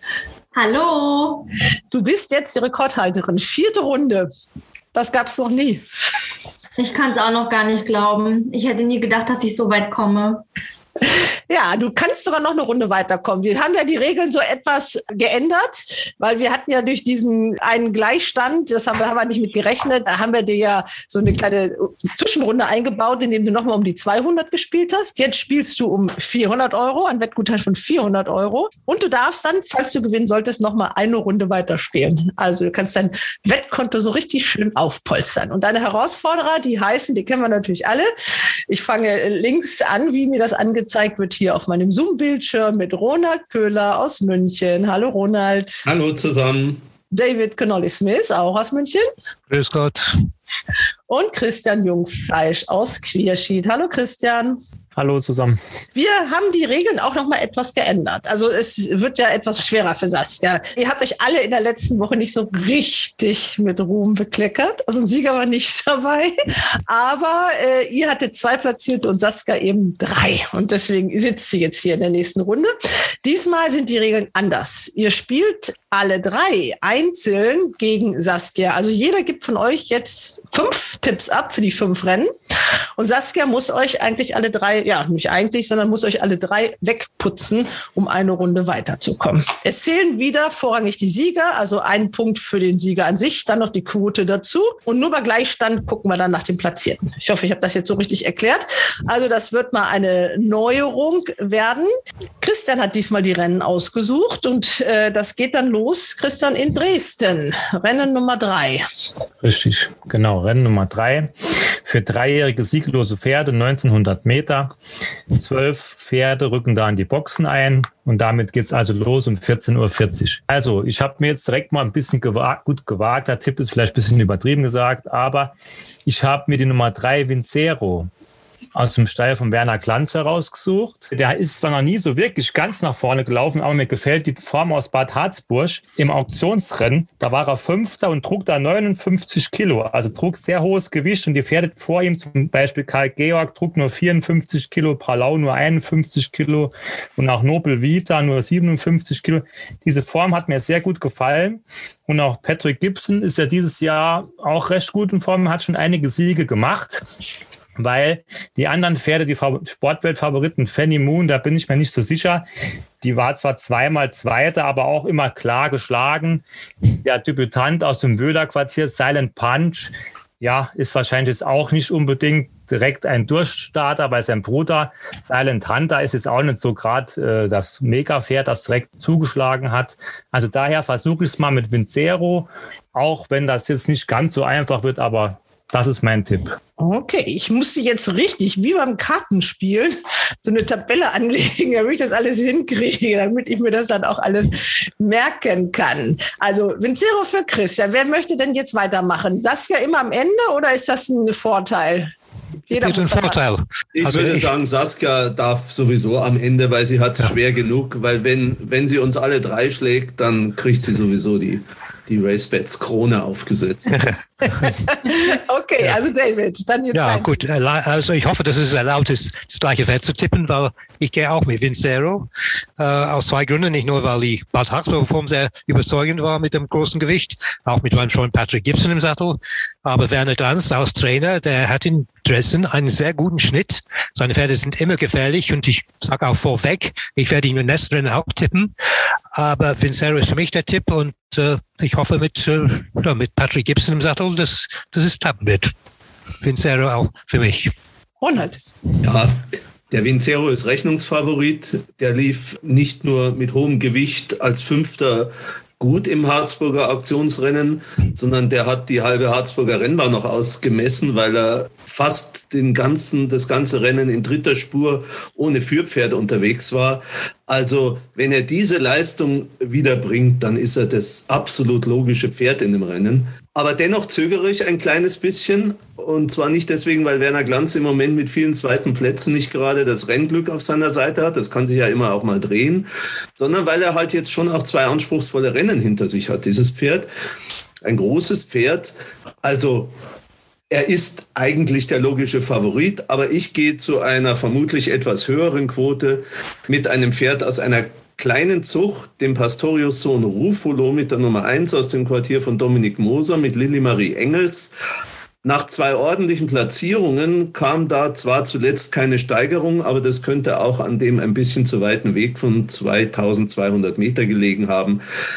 Hallo. Du bist jetzt die Rekordhalterin. 4. Runde. Das gab es noch nie. Ich kann es auch noch gar nicht glauben. Ich hätte nie gedacht, dass ich so weit komme. Ja, du kannst sogar noch eine Runde weiterkommen. Wir haben ja die Regeln so etwas geändert, weil wir hatten ja durch diesen einen Gleichstand, das haben wir nicht mit gerechnet, da haben wir dir ja so eine kleine Zwischenrunde eingebaut, indem du nochmal um die 200 gespielt hast. Jetzt spielst du um 400 €, ein Wettguthaben von 400 € und du darfst dann, falls du gewinnen solltest, nochmal eine Runde weiterspielen. Also du kannst dein Wettkonto so richtig schön aufpolstern. Und deine Herausforderer, die kennen wir natürlich alle. Ich fange links an, wie mir das angezeigt wird, hier auf meinem Zoom-Bildschirm mit Ronald Köhler aus München. Hallo Ronald. Hallo zusammen. David Connolly-Smith, auch aus München. Grüß Gott. Und Christian Jungfleisch aus Quierschied. Hallo Christian. Hallo zusammen. Wir haben die Regeln auch noch mal etwas geändert. Also es wird ja etwas schwerer für Saskia. Ihr habt euch alle in der letzten Woche nicht so richtig mit Ruhm bekleckert. Also ein Sieger war nicht dabei. Aber ihr hattet 2 Platzierte und Saskia eben 3. Und deswegen sitzt sie jetzt hier in der nächsten Runde. Diesmal sind die Regeln anders. Ihr spielt alle 3 einzeln gegen Saskia. Also jeder gibt von euch jetzt 5 Tipps ab für die 5 Rennen. Und Saskia muss euch eigentlich alle 3, nicht eigentlich, sondern muss euch alle 3 wegputzen, um eine Runde weiterzukommen. Es zählen wieder vorrangig die Sieger, also 1 Punkt für den Sieger an sich, dann noch die Quote dazu. Und nur bei Gleichstand gucken wir dann nach dem Platzierten. Ich hoffe, ich habe das jetzt so richtig erklärt. Also das wird mal eine Neuerung werden. Christian hat diesmal die Rennen ausgesucht und das geht dann los, Christian, in Dresden. Rennen Nummer 3. Richtig, genau. Rennen Nummer 3 für 3-jährige sieglose Pferde, 1900 Meter. 12 Pferde rücken da in die Boxen ein und damit geht's also los um 14:40 Uhr. Also ich habe mir jetzt direkt mal ein bisschen gut gewagt. Der Tipp ist vielleicht ein bisschen übertrieben gesagt, aber ich habe mir die Nummer 3 Vincero aus dem Stall von Werner Glanz herausgesucht. Der ist zwar noch nie so wirklich ganz nach vorne gelaufen, aber mir gefällt die Form aus Bad Harzburg im Auktionsrennen. Da war er 5. und trug da 59 Kilo, also trug sehr hohes Gewicht und die Pferde vor ihm, zum Beispiel Karl Georg, trug nur 54 Kilo, Palau nur 51 Kilo und auch Nobel Vita nur 57 Kilo. Diese Form hat mir sehr gut gefallen und auch Patrick Gibson ist ja dieses Jahr auch recht gut in Form, hat schon einige Siege gemacht. Weil die anderen Pferde, die Sportweltfavoriten Fanny Moon, da bin ich mir nicht so sicher. Die war zwar zweimal Zweite, aber auch immer klar geschlagen. Der Debütant aus dem Wöhler-Quartier, Silent Punch, ja, ist wahrscheinlich jetzt auch nicht unbedingt direkt ein Durchstarter bei seinem Bruder. Silent Hunter ist jetzt auch nicht so gerade das Mega-Pferd, das direkt zugeschlagen hat. Also daher versuche ich es mal mit Vincero, auch wenn das jetzt nicht ganz so einfach wird, aber das ist mein Tipp. Okay, ich musste jetzt richtig, wie beim Kartenspielen, so eine Tabelle anlegen, damit ich das alles hinkriege, damit ich mir das dann auch alles merken kann. Also Vincero für Christian. Wer möchte denn jetzt weitermachen? Saskia immer am Ende oder ist das ein Vorteil? Jeder muss einen Vorteil. Ich würde sagen, Saskia darf sowieso am Ende, weil sie hat es schwer genug, weil wenn sie uns alle 3 schlägt, dann kriegt sie sowieso die RaceBets Krone aufgesetzt. Okay, also David, dann jetzt. Ja, gut. Also ich hoffe, dass es erlaubt ist, das gleiche Pferd zu tippen, weil ich gehe auch mit Vincero. Aus 2 Gründen. Nicht nur, weil die Bad Harzburg Form sehr überzeugend war mit dem großen Gewicht, auch mit meinem Freund Patrick Gibson im Sattel. Aber Werner Glanz als Trainer, der hat in Dresden einen sehr guten Schnitt. Seine Pferde sind immer gefährlich und ich sage auch vorweg, ich werde ihn im nächsten Rennen auch tippen. Aber Vincero ist für mich der Tipp und ich hoffe mit Patrick Gibson im Sattel, dass es klappen wird. Vincero auch für mich. Ronald. Ja, der Vincero ist Rechnungsfavorit. Der lief nicht nur mit hohem Gewicht als Fünfter gut im Harzburger Auktionsrennen, sondern der hat die halbe Harzburger Rennbahn noch ausgemessen, weil er fast das ganze Rennen in dritter Spur ohne Führpferd unterwegs war. Also wenn er diese Leistung wiederbringt, dann ist er das absolut logische Pferd in dem Rennen. Aber dennoch zögere ich ein kleines bisschen. Und zwar nicht deswegen, weil Werner Glanz im Moment mit vielen zweiten Plätzen nicht gerade das Rennglück auf seiner Seite hat. Das kann sich ja immer auch mal drehen. Sondern weil er halt jetzt schon auch 2 anspruchsvolle Rennen hinter sich hat, dieses Pferd. Ein großes Pferd. Also er ist eigentlich der logische Favorit. Aber ich gehe zu einer vermutlich etwas höheren Quote mit einem Pferd aus einer kleinen Zucht, dem Pastorius-Sohn Ruffolo mit der Nummer 1 aus dem Quartier von Dominik Moser mit Lilly Marie Engels. Nach 2 ordentlichen Platzierungen kam da zwar zuletzt keine Steigerung, aber das könnte auch an dem ein bisschen zu weiten Weg von 2200 Meter gelegen haben.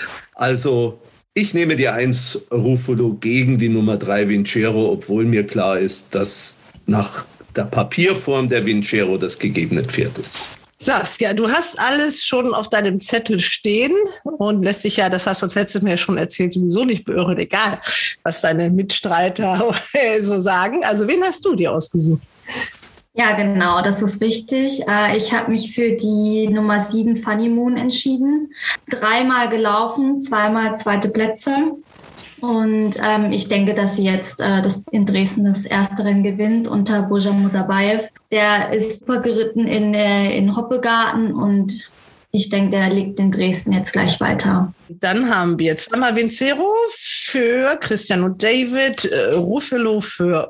Also ich nehme die 1 Ruffolo gegen die Nummer 3 Vincero, obwohl mir klar ist, dass nach der Papierform der Vincero das gegebene Pferd ist. Saskia, du hast alles schon auf deinem Zettel stehen und lässt dich ja, das hast du uns letztes Mal schon erzählt, sowieso nicht beirren, egal, was deine Mitstreiter so sagen. Also wen hast du dir ausgesucht? Ja, genau, das ist richtig. Ich habe mich für die Nummer 7 Funny Moon entschieden. 3-mal gelaufen, 2-mal zweite Plätze. Und ich denke, dass sie jetzt in Dresden das erste Rennen gewinnt unter Bojan Musabayev. Der ist super geritten in Hoppegarten und ich denke, der liegt in Dresden jetzt gleich weiter. Dann haben wir 2-mal Vincero für Christian und David, Ruffolo für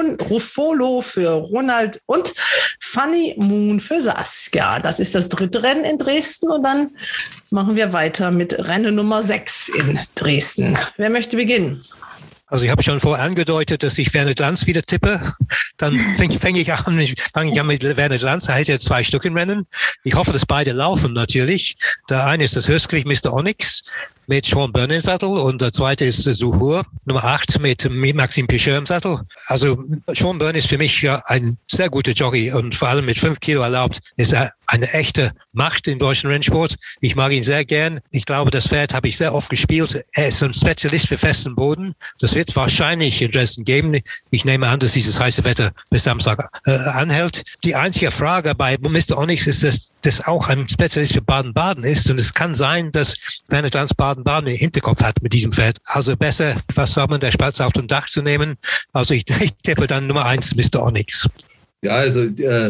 Ronald und Funny Moon für Saskia. Das ist das 3. Rennen in Dresden und dann machen wir weiter mit Rennen Nummer 6 in Dresden. Wer möchte beginnen? Also ich habe schon vorher angedeutet, dass ich Werner Glanz wieder tippe. Dann fange ich an mit Werner Glanz. Er hat ja 2 Stück im Rennen. Ich hoffe, dass beide laufen natürlich. Der eine ist das Höchstgewicht Mr. Onyx mit Sean Byrne im Sattel und der zweite ist Suhur, Nummer 8 mit Maxime Picheur im Sattel. Also Sean Byrne ist für mich ja ein sehr guter Jockey und vor allem mit 5 Kilo erlaubt ist er eine echte Macht im deutschen Rennsport. Ich mag ihn sehr gern. Ich glaube, das Pferd habe ich sehr oft gespielt. Er ist ein Spezialist für festen Boden. Das wird wahrscheinlich in Dresden geben. Ich nehme an, dass dieses heiße Wetter bis Samstag anhält. Die einzige Frage bei Mr. Onyx ist, dass das auch ein Spezialist für Baden-Baden ist. Und es kann sein, dass Werner Glanz Baden-Baden im Hinterkopf hat mit diesem Pferd. Also besser, was sagt man, der Spatz auf dem Dach zu nehmen. Also ich tippe dann Nummer 1 Mr. Onyx. Ja, also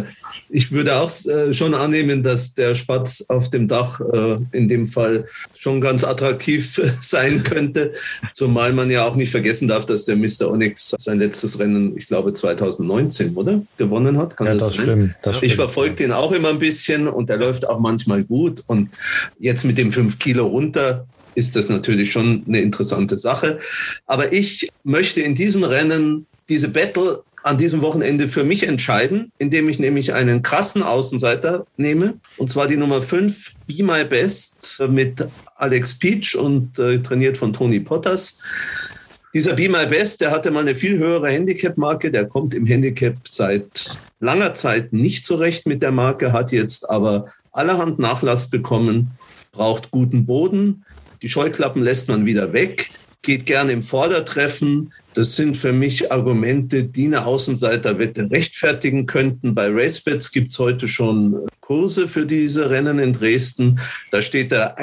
ich würde auch schon annehmen, dass der Spatz auf dem Dach in dem Fall schon ganz attraktiv sein könnte. Zumal man ja auch nicht vergessen darf, dass der Mr. Onyx sein letztes Rennen, ich glaube 2019, oder? Gewonnen hat. Kann das sein? Stimmt. Ich verfolge den auch immer ein bisschen und der läuft auch manchmal gut. Und jetzt mit dem 5 Kilo runter ist das natürlich schon eine interessante Sache. Aber ich möchte in diesem Rennen diese Battle an diesem Wochenende für mich entscheiden, indem ich nämlich einen krassen Außenseiter nehme, und zwar die Nummer 5, Be My Best, mit Alex Peach und trainiert von Tony Potters. Dieser Be My Best, der hatte mal eine viel höhere Handicap-Marke, der kommt im Handicap seit langer Zeit nicht zurecht mit der Marke, hat jetzt aber allerhand Nachlass bekommen, braucht guten Boden, die Scheuklappen lässt man wieder weg, geht gerne im Vordertreffen. Das sind für mich Argumente, die eine Außenseiterwette rechtfertigen könnten. Bei RaceBets gibt es heute schon Kurse für diese Rennen in Dresden. Da steht er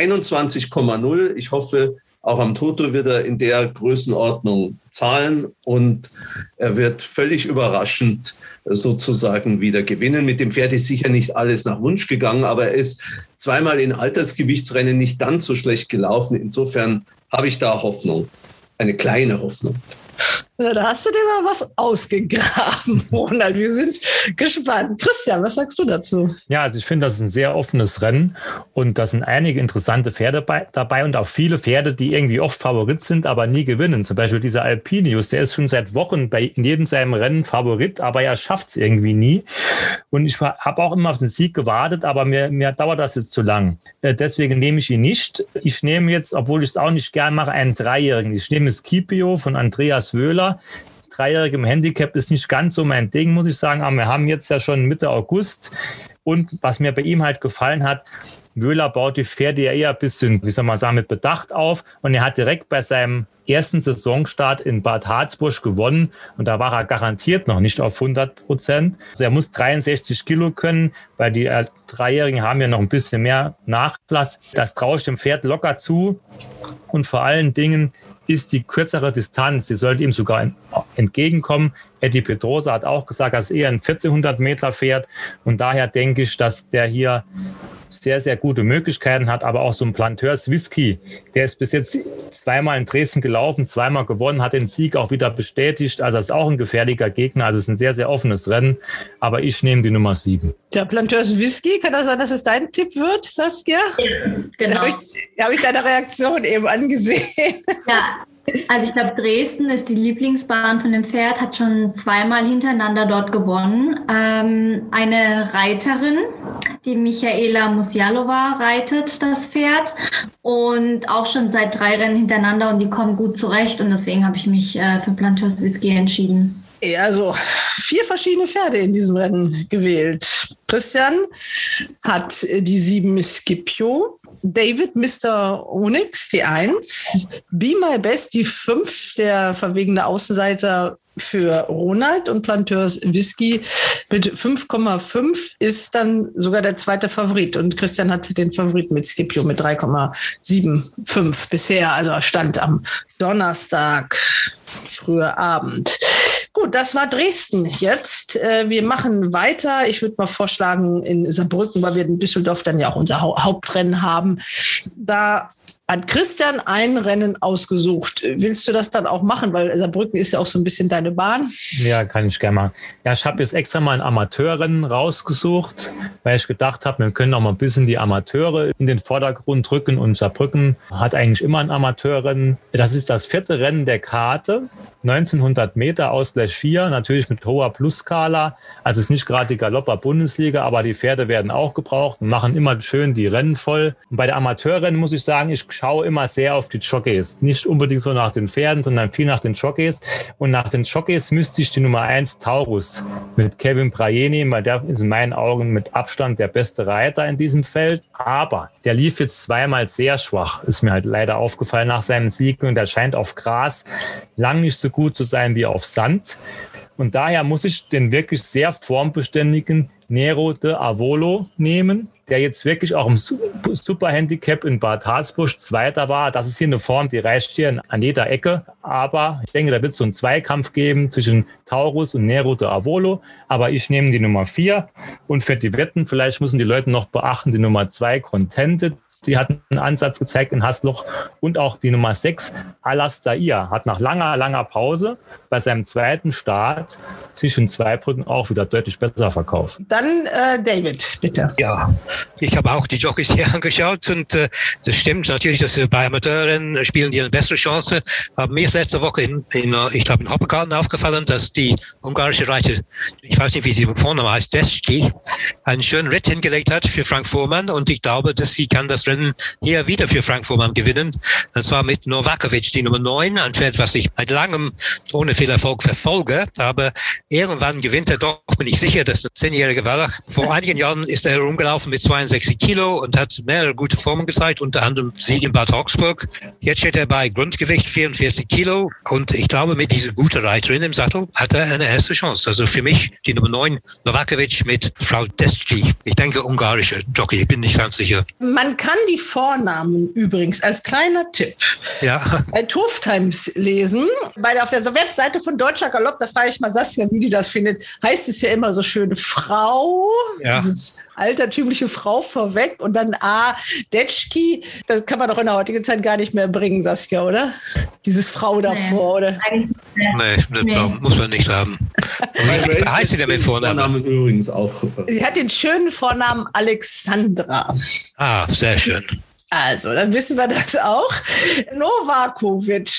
21,0. Ich hoffe, auch am Toto wird er in der Größenordnung zahlen und er wird völlig überraschend sozusagen wieder gewinnen. Mit dem Pferd ist sicher nicht alles nach Wunsch gegangen, aber er ist 2-mal in Altersgewichtsrennen nicht ganz so schlecht gelaufen. Insofern habe ich da Hoffnung, eine kleine Hoffnung. Na, da hast du dir mal was ausgegraben, Ronald. Wir sind gespannt. Christian, was sagst du dazu? Ja, also ich finde, das ist ein sehr offenes Rennen und da sind einige interessante Pferde dabei und auch viele Pferde, die irgendwie oft Favorit sind, aber nie gewinnen. Zum Beispiel dieser Alpinius, der ist schon seit Wochen in jedem seinem Rennen Favorit, aber er schafft es irgendwie nie. Und ich habe auch immer auf den Sieg gewartet, aber mir dauert das jetzt zu lang. Deswegen nehme ich ihn nicht. Ich nehme jetzt, obwohl ich es auch nicht gern mache, einen Dreijährigen. Ich nehme Scipio von Andreas Wöhler. Dreijährigem Handicap ist nicht ganz so mein Ding, muss ich sagen. Aber wir haben jetzt ja schon Mitte August. Und was mir bei ihm halt gefallen hat, Wöhler baut die Pferde ja eher ein bisschen, wie soll man sagen, mit Bedacht auf. Und er hat direkt bei seinem ersten Saisonstart in Bad Harzburg gewonnen. Und da war er garantiert noch nicht auf 100%. Also er muss 63 Kilo können, weil die Dreijährigen haben ja noch ein bisschen mehr Nachlass. Das traue ich dem Pferd locker zu. Und vor allen Dingen ist die kürzere Distanz, die sollte ihm sogar entgegenkommen. Eddie Pedrosa hat auch gesagt, dass er eher ein 1400 Meter Pferd. Und daher denke ich, dass der hier sehr, sehr gute Möglichkeiten hat, aber auch so ein Planteurs Whisky, der ist bis jetzt zweimal in Dresden gelaufen, zweimal gewonnen, hat den Sieg auch wieder bestätigt, also ist auch ein gefährlicher Gegner, also es ist ein sehr, sehr offenes Rennen, aber ich nehme die Nummer 7. Der Planteurs Whisky, kann das sein, dass es dein Tipp wird, Saskia? Ja, genau. Habe ich deine Reaktion eben angesehen. Ja. Also ich glaube, Dresden ist die Lieblingsbahn von dem Pferd, hat schon zweimal hintereinander dort gewonnen. Eine Reiterin, die Michaela Musialova, reitet das Pferd und auch schon seit 3 Rennen hintereinander und die kommen gut zurecht und deswegen habe ich mich für Planteurs Whisky entschieden. Also 4 verschiedene Pferde in diesem Rennen gewählt. Christian hat die 7 Scipio, David Mr. Onyx die 1, Be My Best die 5, der verwegene Außenseiter für Ronald und Planteurs Whisky mit 5,5 ist dann sogar der zweite Favorit. Und Christian hat den Favorit mit Scipio mit 3,75 bisher, also stand am Donnerstag, früher Abend. Gut, das war Dresden jetzt. Wir machen weiter. Ich würde mal vorschlagen, in Saarbrücken, weil wir in Düsseldorf dann ja auch unser Hauptrennen haben. Da hat Christian ein Rennen ausgesucht. Willst du das dann auch machen? Weil Saarbrücken ist ja auch so ein bisschen deine Bahn. Ja, kann ich gerne machen. Ja, ich habe jetzt extra mal ein Amateurrennen rausgesucht, weil ich gedacht habe, wir können auch mal ein bisschen die Amateure in den Vordergrund rücken. Und Saarbrücken hat eigentlich immer ein Amateurrennen. Das ist das 4. Rennen der Karte. 1900 Meter, Ausgleich 4, natürlich mit hoher Plusskala. Also es ist nicht gerade die Galopper-Bundesliga, aber die Pferde werden auch gebraucht und machen immer schön die Rennen voll. Und bei der Amateurrennen muss ich sagen, ich schaue immer sehr auf die Jockeys. Nicht unbedingt so nach den Pferden, sondern viel nach den Jockeys. Und nach den Jockeys müsste ich die Nummer 1 Taurus mit Kevin Praje nehmen, weil der ist in meinen Augen mit Abstand der beste Reiter in diesem Feld. Aber der lief jetzt zweimal sehr schwach. Ist mir halt leider aufgefallen nach seinem Sieg. Und der scheint auf Gras lang nicht so gut zu sein wie auf Sand. Und daher muss ich den wirklich sehr formbeständigen Nero de Avolo nehmen, der jetzt wirklich auch im Superhandicap in Bad Harzburg Zweiter war. Das ist hier eine Form, die reicht hier an jeder Ecke. Aber ich denke, da wird es so einen Zweikampf geben zwischen Taurus und Nero de Avolo. Aber ich nehme die Nummer 4. Und für die Wetten, vielleicht müssen die Leute noch beachten, die Nummer 2 Contented. Die hat einen Ansatz gezeigt in Hasloch. Und auch die Nummer 6, Alastair, hat nach langer Pause bei seinem zweiten Start sich in Zweibrücken auch wieder deutlich besser verkauft. Dann David, bitte. Ja, ich habe auch die Jockeys hier angeschaut und das stimmt natürlich, dass bei Amateuren spielen die eine bessere Chance. Aber mir ist letzte Woche ich glaube in Hoppegarten aufgefallen, dass die ungarische Reiter, ich weiß nicht, wie sie vorne heißt, Deschi, einen schönen Ritt hingelegt hat für Frank Fuhrmann und ich glaube, dass sie kann das Rennen hier wieder für Frank Fuhrmann gewinnen. Und zwar mit Novakovic, die Nummer 9, ein Pferd, was ich seit langem ohne viel Erfolg verfolge. Aber irgendwann gewinnt er doch, bin ich sicher, dass der 10-jährige war. Vor einigen Jahren ist er rumgelaufen mit 62 Kilo und hat mehrere gute Formen gezeigt, unter anderem Sieg in Bad Augsburg. Jetzt steht er bei Grundgewicht 44 Kilo und ich glaube, mit dieser guten Reiterin im Sattel hat er eine erste Chance. Also für mich die Nummer 9, Novakovic mit Frau Deschi. Ich denke, ungarische Jockey, ich bin nicht ganz sicher. Man kann die Vornamen übrigens als kleiner Tipp bei Turf Times lesen. Auf der Webseite von Deutscher Galopp, da frage ich mal Saskia, wie die das findet, heißt es ja immer so schön Frau, dieses altertümliche Frau vorweg und dann Detschki, das kann man doch in der heutigen Zeit gar nicht mehr bringen, Saskia, oder? Dieses Frau davor, oder? Nee, das muss man nicht haben. Wie heißt sie denn mit Vornamen? Übrigens auch. Sie hat den schönen Vornamen Alexandra. Ah, sehr schön. Also, dann wissen wir das auch. Novakovic,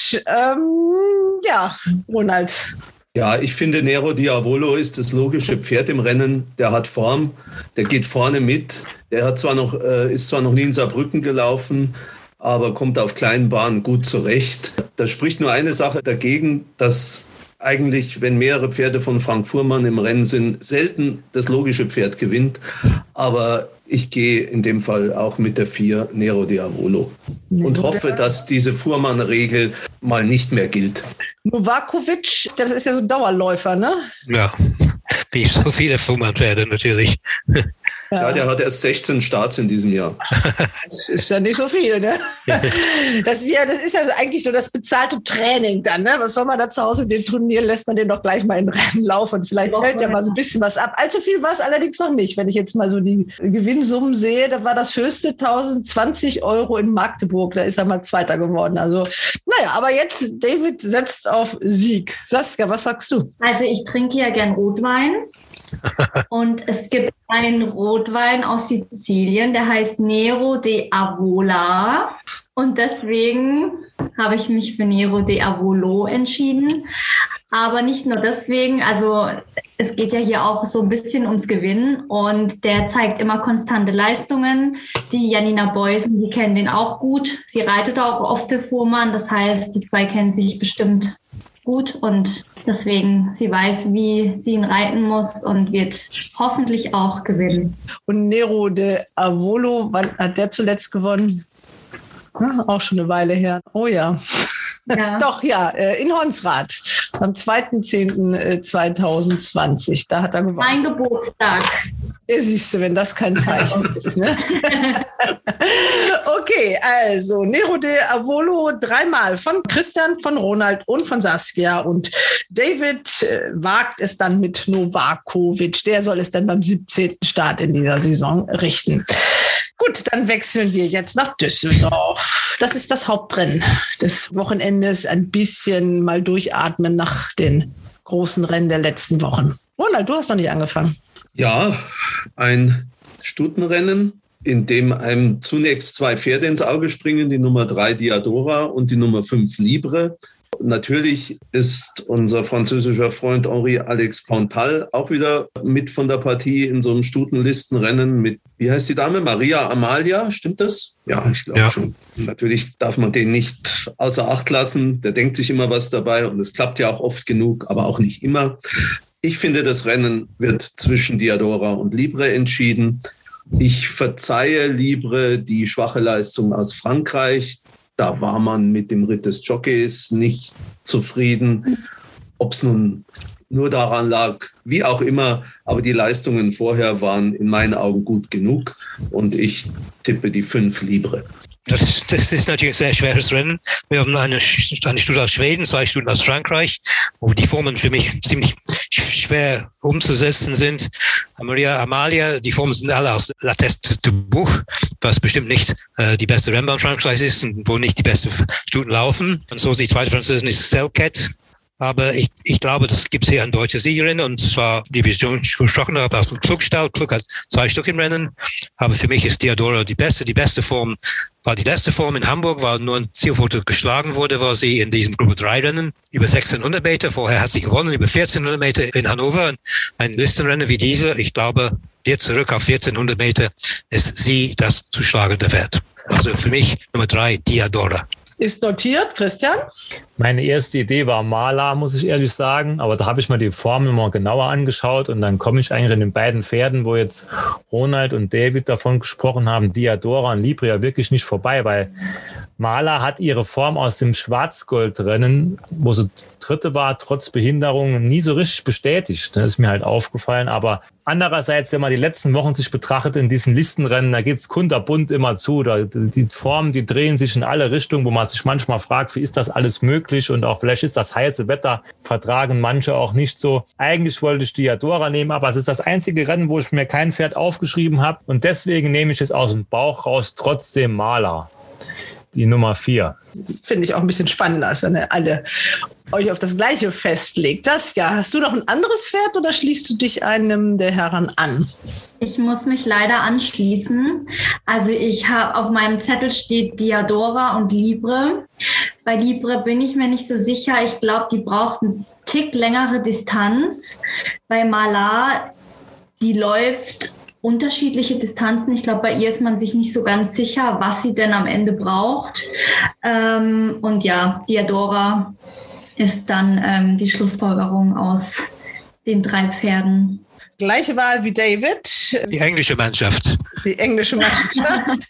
Ronald. Ja, ich finde, Nero Diavolo ist das logische Pferd im Rennen. Der hat Form, der geht vorne mit. Der hat ist zwar noch nie in Saarbrücken gelaufen, aber kommt auf kleinen Bahnen gut zurecht. Da spricht nur eine Sache dagegen, dass eigentlich, wenn mehrere Pferde von Frank Fuhrmann im Rennen sind, selten das logische Pferd gewinnt. Aber ich gehe in dem Fall auch mit der 4 Nero Diavolo und hoffe, dass diese Fuhrmann-Regel mal nicht mehr gilt. Novakovic, das ist ja so ein Dauerläufer, ne? Ja, wie so viele Fuhrmann-Pferde natürlich. Ja, der hat erst 16 Starts in diesem Jahr. Das ist ja nicht so viel, ne? Das ist ja eigentlich so das bezahlte Training dann, ne? Was soll man da zu Hause mit dem Turnier? Lässt man den doch gleich mal in Rennen laufen. Vielleicht fällt ja mal so ein bisschen was ab. Allzu viel war es allerdings noch nicht. Wenn ich jetzt mal so die Gewinnsummen sehe, da war das höchste 1020 € in Magdeburg. Da ist er mal Zweiter geworden. Also, naja, aber jetzt David setzt auf Sieg. Saskia, was sagst du? Also ich trinke ja gern Rotwein. Und es gibt einen Rotwein aus Sizilien, der heißt Nero de Avola. Und deswegen habe ich mich für Nero de Avolo entschieden. Aber nicht nur deswegen, also es geht ja hier auch so ein bisschen ums Gewinnen. Und der zeigt immer konstante Leistungen. Die Janina Beusen, die kennen den auch gut. Sie reitet auch oft für Fuhrmann. Das heißt, die zwei kennen sich bestimmt gut und deswegen, sie weiß, wie sie ihn reiten muss und wird hoffentlich auch gewinnen. Und Nero de Avolo, wann hat der zuletzt gewonnen? Auch schon eine Weile her. Oh ja. Doch, ja, in Honsrath am 2.10.2020. Da hat er gewonnen. Mein Geburtstag. Ja, siehst du, wenn das kein Zeichen ist, ne? Okay, also Nero de Avolo 3-mal von Christian, von Ronald und von Saskia. Und David wagt es dann mit Novakovic. Der soll es dann beim 17. Start in dieser Saison richten. Gut, dann wechseln wir jetzt nach Düsseldorf. Das ist das Hauptrennen des Wochenendes. Ein bisschen mal durchatmen nach den großen Rennen der letzten Wochen. Ronald, du hast noch nicht angefangen. Ja, ein Stutenrennen, in dem einem zunächst 2 Pferde ins Auge springen, die Nummer 3 Diadora und die Nummer 5 Libre. Natürlich ist unser französischer Freund Henri-Alex Pontal auch wieder mit von der Partie in so einem Stutenlistenrennen mit, wie heißt die Dame? Maria Amalia, stimmt das? Ja, ich glaube schon. Natürlich darf man den nicht außer Acht lassen. Der denkt sich immer was dabei und es klappt ja auch oft genug, aber auch nicht immer. Ich finde, das Rennen wird zwischen Diadora und Libre entschieden. Ich verzeihe Libre die schwache Leistung aus Frankreich. Da war man mit dem Ritt des Jockeys nicht zufrieden. Ob es nun nur daran lag, wie auch immer, aber die Leistungen vorher waren in meinen Augen gut genug und ich tippe die 5 Libre. Das ist natürlich ein sehr schweres Rennen. Wir haben eine Studie aus Schweden, 2 Studien aus Frankreich, wo die Formen für mich ziemlich schwer umzusetzen sind. Maria Amalia, die Formen sind alle aus La Teste du Buch, was bestimmt nicht die beste Rennbahn Frankreichs ist und wo nicht die besten Studien laufen. Und so ist die zweite Französin ist Selket. Aber ich glaube, das gibt es hier eine deutsche Siegerin, und zwar, die wir schon gesprochen haben, aus dem Klugstall. Klug hat 2 Stück im Rennen. Aber für mich ist Diadora die beste. Die beste Form war die letzte Form in Hamburg, war nur ein Zielfoto geschlagen wurde, war sie in diesem Gruppe 3 Rennen über 1600 Meter. Vorher hat sie gewonnen über 1400 Meter in Hannover. Ein Listenrennen wie diese, ich glaube, jetzt zurück auf 1400 Meter, ist sie das zu schlagende Wert. Also für mich Nummer 3, Diadora. Ist notiert, Christian? Meine erste Idee war Mala, muss ich ehrlich sagen. Aber da habe ich mir die Formel mal genauer angeschaut und dann komme ich eigentlich an den beiden Pferden, wo jetzt Ronald und David davon gesprochen haben, Diadora und Libre, ja wirklich nicht vorbei, weil Mahler hat ihre Form aus dem Schwarzgoldrennen, wo sie Dritte war, trotz Behinderung, nie so richtig bestätigt. Das ist mir halt aufgefallen. Aber andererseits, wenn man die letzten Wochen sich betrachtet in diesen Listenrennen, da geht's kunterbunt immer zu. Die Formen, die drehen sich in alle Richtungen, wo man sich manchmal fragt, wie ist das alles möglich? Und auch vielleicht ist das heiße Wetter, vertragen manche auch nicht so. Eigentlich wollte ich Diadora nehmen, aber es ist das einzige Rennen, wo ich mir kein Pferd aufgeschrieben habe. Und deswegen nehme ich es aus dem Bauch raus, trotzdem Mahler. Die Nummer 4. Finde ich auch ein bisschen spannender, als wenn ihr alle euch auf das Gleiche festlegt. Saskia, hast du noch ein anderes Pferd oder schließt du dich einem der Herren an? Ich muss mich leider anschließen. Also ich habe auf meinem Zettel steht Diadora und Libre. Bei Libre bin ich mir nicht so sicher. Ich glaube, die braucht einen Tick längere Distanz. Bei Mahler, die läuft unterschiedliche Distanzen. Ich glaube, bei ihr ist man sich nicht so ganz sicher, was sie denn am Ende braucht. Und ja, Diadora ist dann die Schlussfolgerung aus den 3 Pferden. Gleiche Wahl wie David. Die englische Mannschaft. Die englische Mannschaft.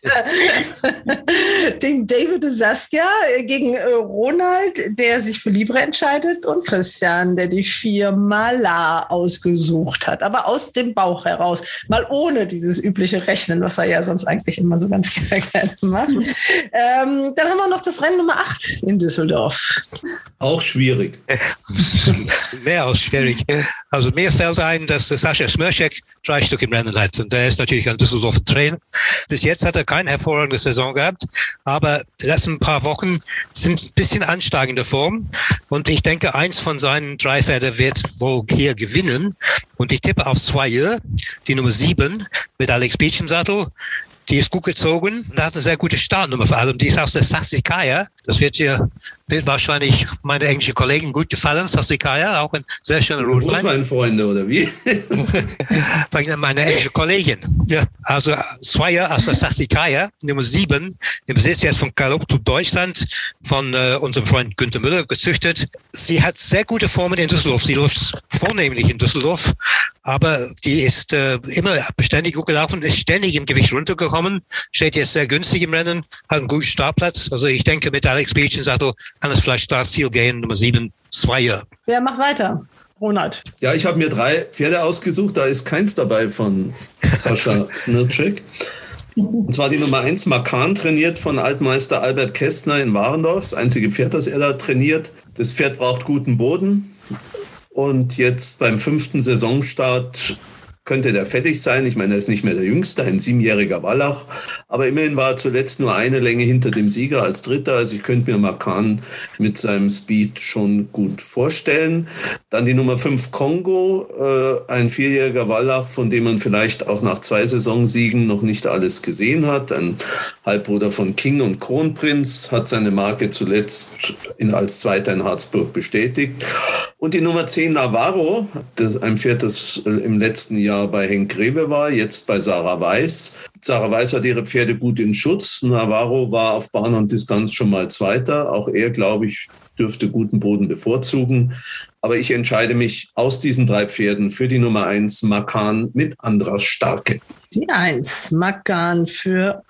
Den David und Saskia gegen Ronald, der sich für Libre entscheidet, und Christian, der die 4 Mahler ausgesucht hat. Aber aus dem Bauch heraus. Mal ohne dieses übliche Rechnen, was er ja sonst eigentlich immer so ganz gerne macht. Dann haben wir noch das Rennen Nummer 8 in Düsseldorf. Auch schwierig. Mehr als schwierig. Also mir fällt ein, dass Sascha Smirschek 3 Stück im Rennen hat. Und der ist natürlich ein Düsseldorfer Trainer. Bis jetzt hat er keine hervorragende Saison gehabt. Aber die letzten paar Wochen sind ein bisschen ansteigende Form. Und ich denke, eins von seinen 3 Pferden wird wohl hier gewinnen. Und ich tippe auf 2, die Nummer 7 mit Alex Beach im Sattel. Die ist gut gezogen und hat eine sehr gute Startnummer vor allem. Die ist aus der Sassicaia. Das wird wahrscheinlich meine englischen Kollegen gut gefallen. Sassicaia, auch ein sehr schöner Rotwein. Rotweinfreunde, oder wie? Meine englische Kollegin. Ja, also 2 aus der Sassicaia, Nummer 7, im Besitz jetzt von Galopp Deutschland, von unserem Freund Günther Müller gezüchtet. Sie hat sehr gute Formen in Düsseldorf. Sie läuft vornehmlich in Düsseldorf, aber die ist immer beständig gut gelaufen, ist ständig im Gewicht runtergekommen, steht jetzt sehr günstig im Rennen, hat einen guten Startplatz. Also ich denke, mit Alex Beach im Sattel kann es vielleicht Startziel gehen, Nummer 7, 2. Wer macht weiter? Ronald. Ja, ich habe mir 3 Pferde ausgesucht, da ist keins dabei von Sascha Smirschek. Und zwar die Nummer 1, Makan, trainiert von Altmeister Albert Kästner in Warendorf. Das einzige Pferd, das er da trainiert. Das Pferd braucht guten Boden. Und jetzt beim 5. Saisonstart könnte der fertig sein. Ich meine, er ist nicht mehr der Jüngste, ein 7-jähriger Wallach. Aber immerhin war er zuletzt nur eine Länge hinter dem Sieger als Dritter. Also ich könnte mir Makan mit seinem Speed schon gut vorstellen. Dann die Nummer 5, Kongo, ein 4-jähriger Wallach, von dem man vielleicht auch nach 2 Saisonsiegen noch nicht alles gesehen hat. Ein Halbbruder von King und Kronprinz, hat seine Marke zuletzt als Zweiter in Harzburg bestätigt. Und die Nummer 10, Navarro, ein Pferd, das im letzten Jahr bei Henk Grebe war, jetzt bei Sarah Weiß. Sarah Weiß hat ihre Pferde gut in Schutz. Navarro war auf Bahn und Distanz schon mal Zweiter. Auch er, glaube ich, dürfte guten Boden bevorzugen. Aber ich entscheide mich aus diesen 3 Pferden für die Nummer 1, Makan mit Andras Starke. Die 1, Makan für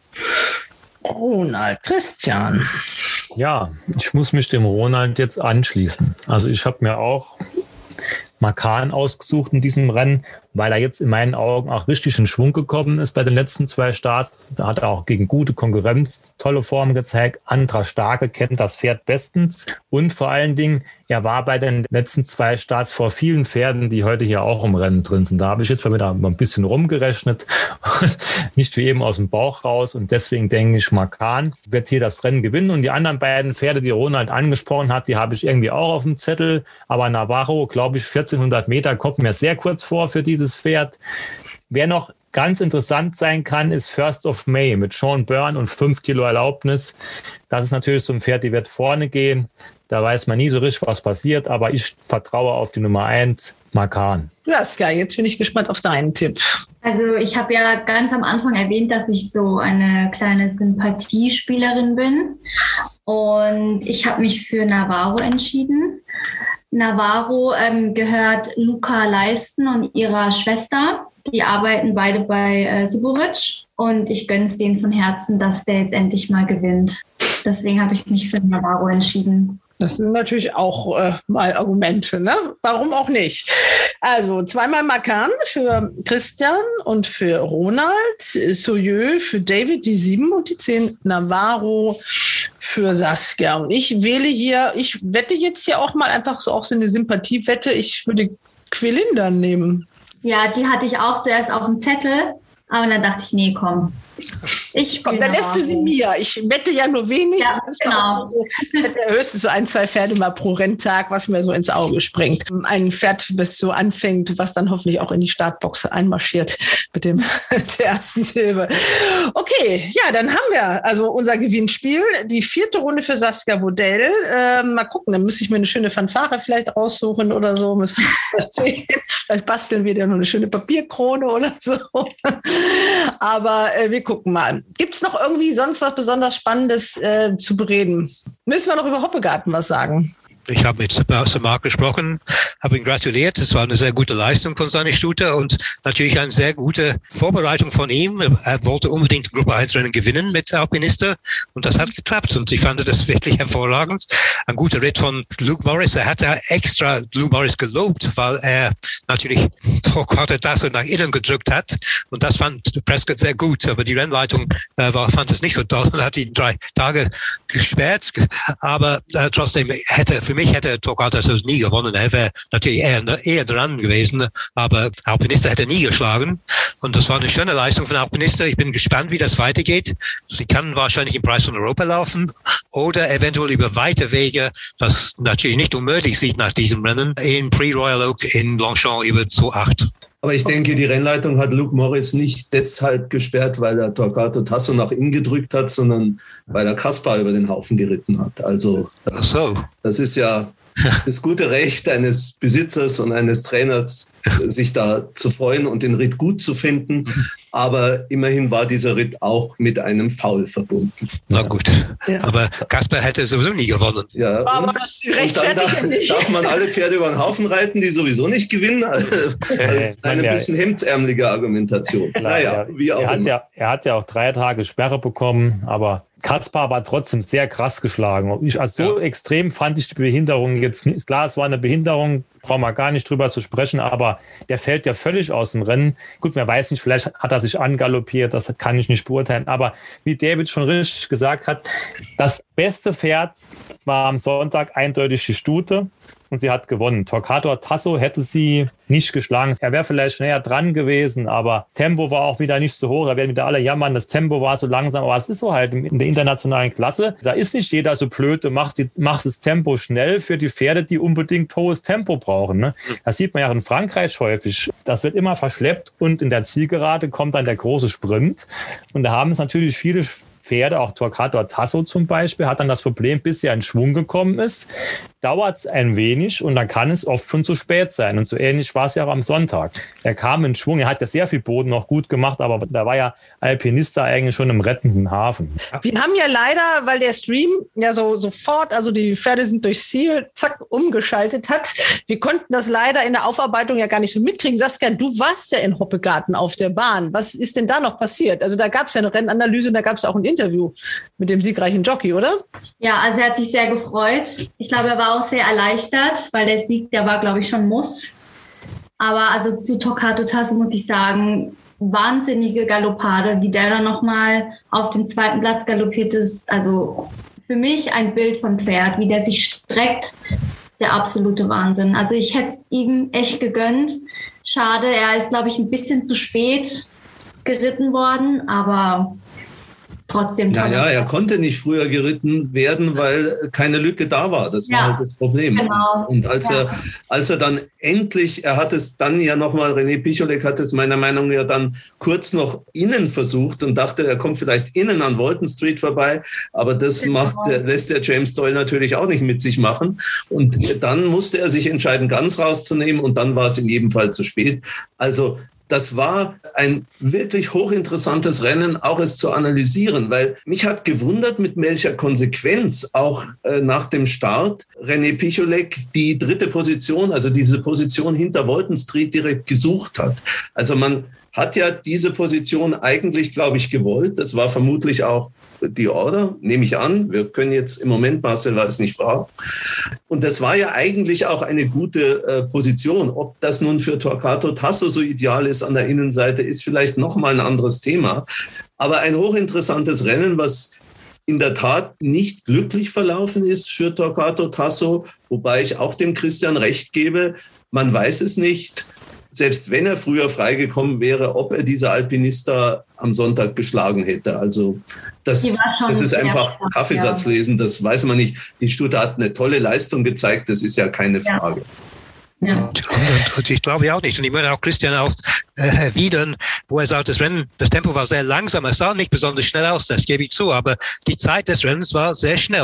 Ronald. Christian. Ja, ich muss mich dem Ronald jetzt anschließen. Also ich habe mir auch Makan ausgesucht in diesem Rennen, weil er jetzt in meinen Augen auch richtig in Schwung gekommen ist bei den letzten 2 Starts. Da hat er auch gegen gute Konkurrenz tolle Formen gezeigt. Andras Starke kennt das Pferd bestens. Und vor allen Dingen, er war bei den letzten 2 Starts vor vielen Pferden, die heute hier auch im Rennen drin sind. Da habe ich jetzt mal wieder ein bisschen rumgerechnet. Nicht wie eben aus dem Bauch raus. Und deswegen denke ich, Makan wird hier das Rennen gewinnen. Und die anderen beiden Pferde, die Ronald angesprochen hat, die habe ich irgendwie auch auf dem Zettel. Aber Navarro, glaube ich, 1400 Meter kommt mir sehr kurz vor für dieses Pferd. Wer noch ganz interessant sein kann, ist First of May mit Sean Byrne und 5 Kilo Erlaubnis. Das ist natürlich so ein Pferd, die wird vorne gehen. Da weiß man nie so richtig, was passiert, aber ich vertraue auf die Nummer 1, Makan. Saskia, jetzt bin ich gespannt auf deinen Tipp. Also ich habe ja ganz am Anfang erwähnt, dass ich so eine kleine Sympathiespielerin bin. Und ich habe mich für Navarro entschieden. Navarro gehört Luca Leisten und ihrer Schwester. Die arbeiten beide bei Suburic. Und ich gönne es denen von Herzen, dass der jetzt endlich mal gewinnt. deswegen habe ich mich für Navarro entschieden. Das sind natürlich auch mal Argumente, ne? Warum auch nicht? Also 2-mal Macan für Christian und für Ronald, Soyeux für David, die 7 und die 10 Navarro für Saskia. Und ich wette jetzt hier auch mal einfach so eine Sympathiewette. Ich würde Quelinda nehmen. Ja, die hatte ich auch zuerst auf dem Zettel, aber dann dachte ich, nee, komm. Dann lässt du sie mir. Ich wette ja nur wenig. Ja, genau. Ich wette höchstens so 1-2 Pferde mal pro Renntag, was mir so ins Auge springt. Ein Pferd, das so anfängt, was dann hoffentlich auch in die Startbox einmarschiert mit der ersten Silbe. Okay, ja, dann haben wir also unser Gewinnspiel. Die 4. Runde für Saskia Vodell. Mal gucken, dann muss ich mir eine schöne Fanfare vielleicht raussuchen oder so. Müssen wir sehen. Vielleicht basteln wir ja noch eine schöne Papierkrone oder so. Aber wir gucken mal. Gibt es noch irgendwie sonst was besonders Spannendes zu bereden? Müssen wir noch über Hoppegarten was sagen? Ich habe mit Sir Mark gesprochen, habe ihn gratuliert. Es war eine sehr gute Leistung von seiner Stute und natürlich eine sehr gute Vorbereitung von ihm. Er wollte unbedingt Gruppe 1 Rennen gewinnen mit Alpinista und das hat geklappt und ich fand das wirklich hervorragend. Ein guter Ritt von Luke Morris. Er hatte extra Luke Morris gelobt, weil er natürlich Torquato Tasso nach innen gedrückt hat und das fand Prescott sehr gut. Aber die Rennleitung fand es nicht so toll und hat ihn 3 Tage gesperrt. Aber trotzdem für mich hätte Torquato nie gewonnen. Er wäre natürlich eher dran gewesen, aber Alpinista hätte nie geschlagen. Und das war eine schöne Leistung von Alpinista. Ich bin gespannt, wie das weitergeht. Sie kann wahrscheinlich im Preis von Europa laufen oder eventuell über weite Wege, was natürlich nicht unmöglich sieht nach diesem Rennen, in Prix-Royal Oak in Longchamp über 2,8. Aber ich denke, die Rennleitung hat Luke Morris nicht deshalb gesperrt, weil er Torquato Tasso nach innen gedrückt hat, sondern weil er Kaspar über den Haufen geritten hat. Also das ist ja das gute Recht eines Besitzers und eines Trainers, sich da zu freuen und den Ritt gut zu finden. Aber immerhin war dieser Ritt auch mit einem Foul verbunden. Na gut, ja. Aber Kaspar hätte sowieso nie gewonnen. Ja, aber das rechtfertigt nicht. Darf man alle Pferde über den Haufen reiten, die sowieso nicht gewinnen? Also, eine bisschen hemdsärmelige Argumentation. Naja, wie auch immer. Er hat ja auch 3 Tage Sperre bekommen, aber Kaspar war trotzdem sehr krass geschlagen. So extrem fand ich die Behinderung jetzt nicht. Klar, es war eine Behinderung, brauchen wir gar nicht drüber zu sprechen, aber der fällt ja völlig aus dem Rennen. Gut, man weiß nicht, vielleicht hat er sich angaloppiert, das kann ich nicht beurteilen. Aber wie David schon richtig gesagt hat, das beste Pferd war am Sonntag eindeutig die Stute. Und sie hat gewonnen. Torquato Tasso hätte sie nicht geschlagen. Er wäre vielleicht näher dran gewesen, aber Tempo war auch wieder nicht so hoch. Da werden wieder alle jammern, das Tempo war so langsam. Aber es ist so halt in der internationalen Klasse. Da ist nicht jeder so blöd und macht das Tempo schnell für die Pferde, die unbedingt hohes Tempo brauchen. Ne? Das sieht man ja in Frankreich häufig. Das wird immer verschleppt und in der Zielgerade kommt dann der große Sprint. Und da haben es natürlich viele Pferde, auch Torquato Tasso zum Beispiel, hat dann das Problem, bis er in Schwung gekommen ist, dauert es ein wenig und dann kann es oft schon zu spät sein. Und so ähnlich war es ja auch am Sonntag. Er kam in Schwung, er hat ja sehr viel Boden noch gut gemacht, aber da war ja Alpinista eigentlich schon im rettenden Hafen. Wir haben ja leider, weil der Stream ja sofort, also die Pferde sind durchs Ziel, zack, umgeschaltet hat. Wir konnten das leider in der Aufarbeitung ja gar nicht so mitkriegen. Saskia, du warst ja in Hoppegarten auf der Bahn. Was ist denn da noch passiert? Also da gab es ja eine Rennanalyse und da gab es auch ein Interview mit dem siegreichen Jockey, oder? Ja, also er hat sich sehr gefreut. Ich glaube, er war auch sehr erleichtert, weil der Sieg, der war, glaube ich, schon Muss. Aber also zu Torquato Tasso muss ich sagen, wahnsinnige Galoppade, wie der dann nochmal auf dem 2. Platz galoppiert ist. Also für mich ein Bild von Pferd, wie der sich streckt, der absolute Wahnsinn. Also ich hätte es ihm echt gegönnt. Schade, er ist, glaube ich, ein bisschen zu spät geritten worden, aber trotzdem. Ja, er konnte nicht früher geritten werden, weil keine Lücke da war. Das war halt das Problem. Genau. Und als er dann endlich, er hat es dann ja nochmal, René Picholek hat es meiner Meinung nach ja dann kurz noch innen versucht und dachte, er kommt vielleicht innen an Walton Street vorbei, aber das lässt der James Doyle natürlich auch nicht mit sich machen. Und dann musste er sich entscheiden, ganz rauszunehmen und dann war es in jedem Fall zu spät. Also das war ein wirklich hochinteressantes Rennen, auch es zu analysieren, weil mich hat gewundert, mit welcher Konsequenz auch nach dem Start René Picholek die 3. Position, also diese Position hinter Walton Street direkt gesucht hat. Also man hat ja diese Position eigentlich, glaube ich, gewollt. Das war vermutlich auch die Order, nehme ich an. Wir können jetzt im Moment Marcel Weiß nicht fragen. Und das war ja eigentlich auch eine gute Position. Ob das nun für Torquato Tasso so ideal ist an der Innenseite, ist vielleicht nochmal ein anderes Thema. Aber ein hochinteressantes Rennen, was in der Tat nicht glücklich verlaufen ist für Torquato Tasso, wobei ich auch dem Christian recht gebe, man weiß es nicht. Selbst wenn er früher freigekommen wäre, ob er diese Alpinista am Sonntag geschlagen hätte. Also das ist einfach Kaffeesatzlesen, das weiß man nicht. Die Stute hat eine tolle Leistung gezeigt, das ist ja keine Frage. Ja. Und ich glaube auch nicht. Und ich würde auch Christian auch erwidern, wo er sagt, das Tempo war sehr langsam. Es sah nicht besonders schnell aus, das gebe ich zu. Aber die Zeit des Rennens war sehr schnell.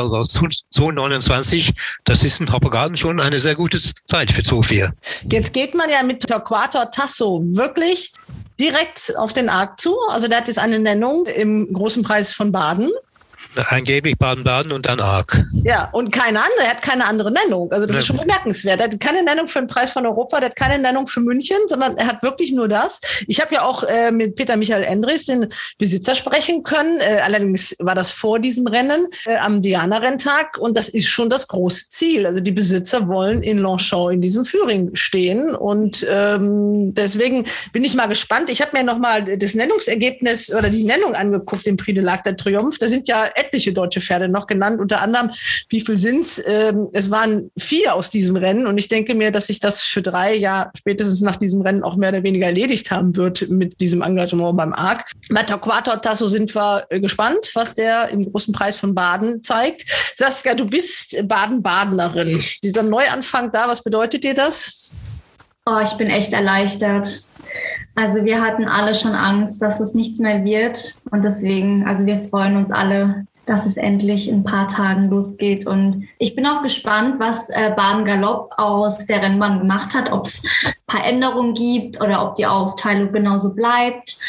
2:29, das ist in Hoppegarten schon eine sehr gute Zeit für 2:04. Jetzt geht man ja mit Torquato Tasso wirklich direkt auf den Arc zu. Also der hat jetzt eine Nennung im Großen Preis von Baden. Angeblich Baden-Baden und dann Arc. Ja, und keine andere, er hat keine andere Nennung. Also das ist schon bemerkenswert. Er hat keine Nennung für den Preis von Europa, der hat keine Nennung für München, sondern er hat wirklich nur das. Ich habe ja auch mit Peter Michael Endres, den Besitzer, sprechen können. Allerdings war das vor diesem Rennen am Diana-Renntag und das ist schon das große Ziel. Also die Besitzer wollen in Longchamp in diesem Führing stehen und deswegen bin ich mal gespannt. Ich habe mir nochmal das Nennungsergebnis oder die Nennung angeguckt im Prix de l'Arc de Triomphe. Da sind ja etliche deutsche Pferde noch genannt, unter anderem, wie viel sind's? Es waren 4 aus diesem Rennen und ich denke mir, dass sich das für 3 Jahre spätestens nach diesem Rennen auch mehr oder weniger erledigt haben wird mit diesem Engagement beim Arc. Bei Torquato Tasso sind wir gespannt, was der im Großen Preis von Baden zeigt. Saskia, du bist Baden-Badenerin. Dieser Neuanfang da, was bedeutet dir das? Oh, ich bin echt erleichtert. Also wir hatten alle schon Angst, dass es nichts mehr wird und deswegen, also wir freuen uns alle, dass es endlich in ein paar Tagen losgeht und ich bin auch gespannt, was Baden Galopp aus der Rennbahn gemacht hat, ob es ein paar Änderungen gibt oder ob die Aufteilung genauso bleibt.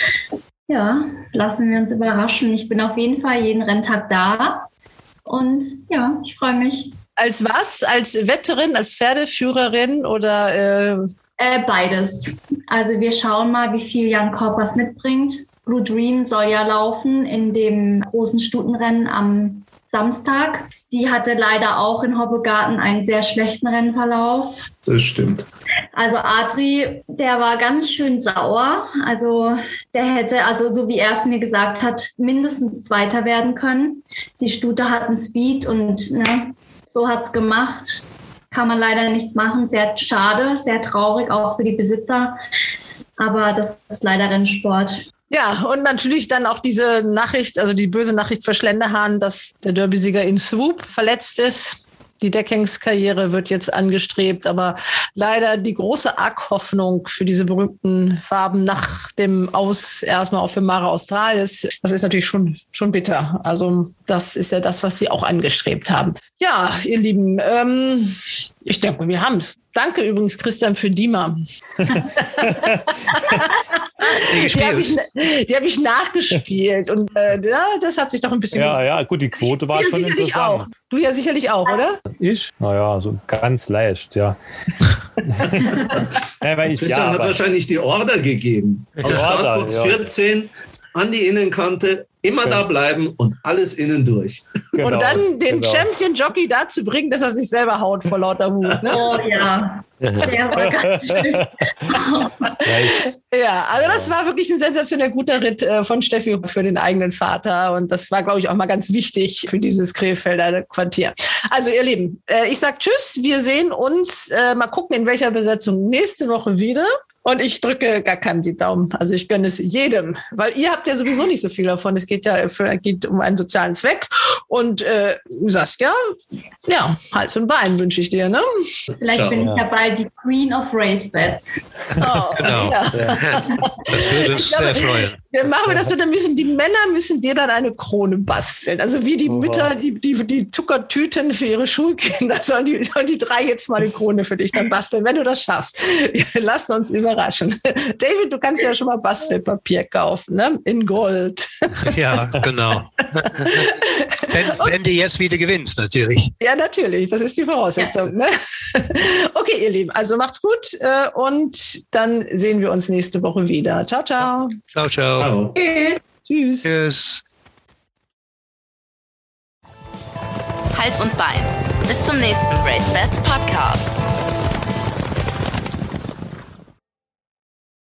Ja, lassen wir uns überraschen. Ich bin auf jeden Fall jeden Renntag da und ja, ich freue mich. Als was? Als Wetterin, als Pferdeführerin oder... Beides. Also wir schauen mal, wie viel Jan Korpers mitbringt. Blue Dream soll ja laufen in dem großen Stutenrennen am Samstag. Die hatte leider auch in Hoppegarten einen sehr schlechten Rennverlauf. Das stimmt. Also Adri, der war ganz schön sauer. Also der hätte, also so wie er es mir gesagt hat, mindestens Zweiter werden können. Die Stute hat einen Speed und so hat's gemacht. Kann man leider nichts machen. Sehr schade, sehr traurig, auch für die Besitzer. Aber das ist leider Rennsport. Ja, und natürlich dann auch diese Nachricht, also die böse Nachricht für Schlenderhahn, dass der Derbysieger in Swoop verletzt ist. Die Deckhangs-Karriere wird jetzt angestrebt, aber leider die große Arc-Hoffnung für diese berühmten Farben nach dem Aus erstmal auf Mare Australis, das ist natürlich schon bitter. Also das ist ja das, was sie auch angestrebt haben. Ja, ihr Lieben, ich denke, wir haben es. Danke übrigens, Christian, für Dima. Die habe ich nachgespielt und das hat sich doch ein bisschen... Ja, gut, die Quote war schon interessant. Auch. Du ja sicherlich auch, oder? Ich? Naja, so ganz leicht, ja. Christian hat wahrscheinlich die Order gegeben. Aus Startbox 14 an die Innenkante, immer da bleiben und alles innen durch. Genau, und dann den Champion-Jockey dazu bringen, dass er sich selber haut vor lauter Wut. Ne? Oh ja. Der war ganz schön. Ja, also das war wirklich ein sensationell guter Ritt von Steffi für den eigenen Vater und das war, glaube ich, auch mal ganz wichtig für dieses Krefelder Quartier. Also ihr Lieben, ich sag tschüss, wir sehen uns, mal gucken, in welcher Besetzung nächste Woche wieder. Und ich drücke gar keinem die Daumen. Also ich gönne es jedem, weil ihr habt ja sowieso nicht so viel davon. Es geht um einen sozialen Zweck. Und Saskia, ja, Hals und Bein wünsche ich dir, ne? Vielleicht bin ich dabei, die Queen of Race Bets. Oh, genau. Ja. Das würde uns sehr freuen. Dann machen wir das so, dann müssen die Männer dir dann eine Krone basteln. Also wie die Mütter, die Zuckertüten für ihre Schulkinder, sollen die 3 jetzt mal eine Krone für dich dann basteln, wenn du das schaffst. Wir lassen uns überraschen. David, du kannst ja schon mal Bastelpapier kaufen, ne? In Gold. Ja, genau. Wenn du jetzt wieder gewinnst, natürlich. Ja, natürlich. Das ist die Voraussetzung. Ne? Okay, ihr Lieben, also macht's gut und dann sehen wir uns nächste Woche wieder. Ciao, ciao. Ciao, ciao. Tschüss. Tschüss. Tschüss. Hals und Bein. Bis zum nächsten RaceBets Podcast.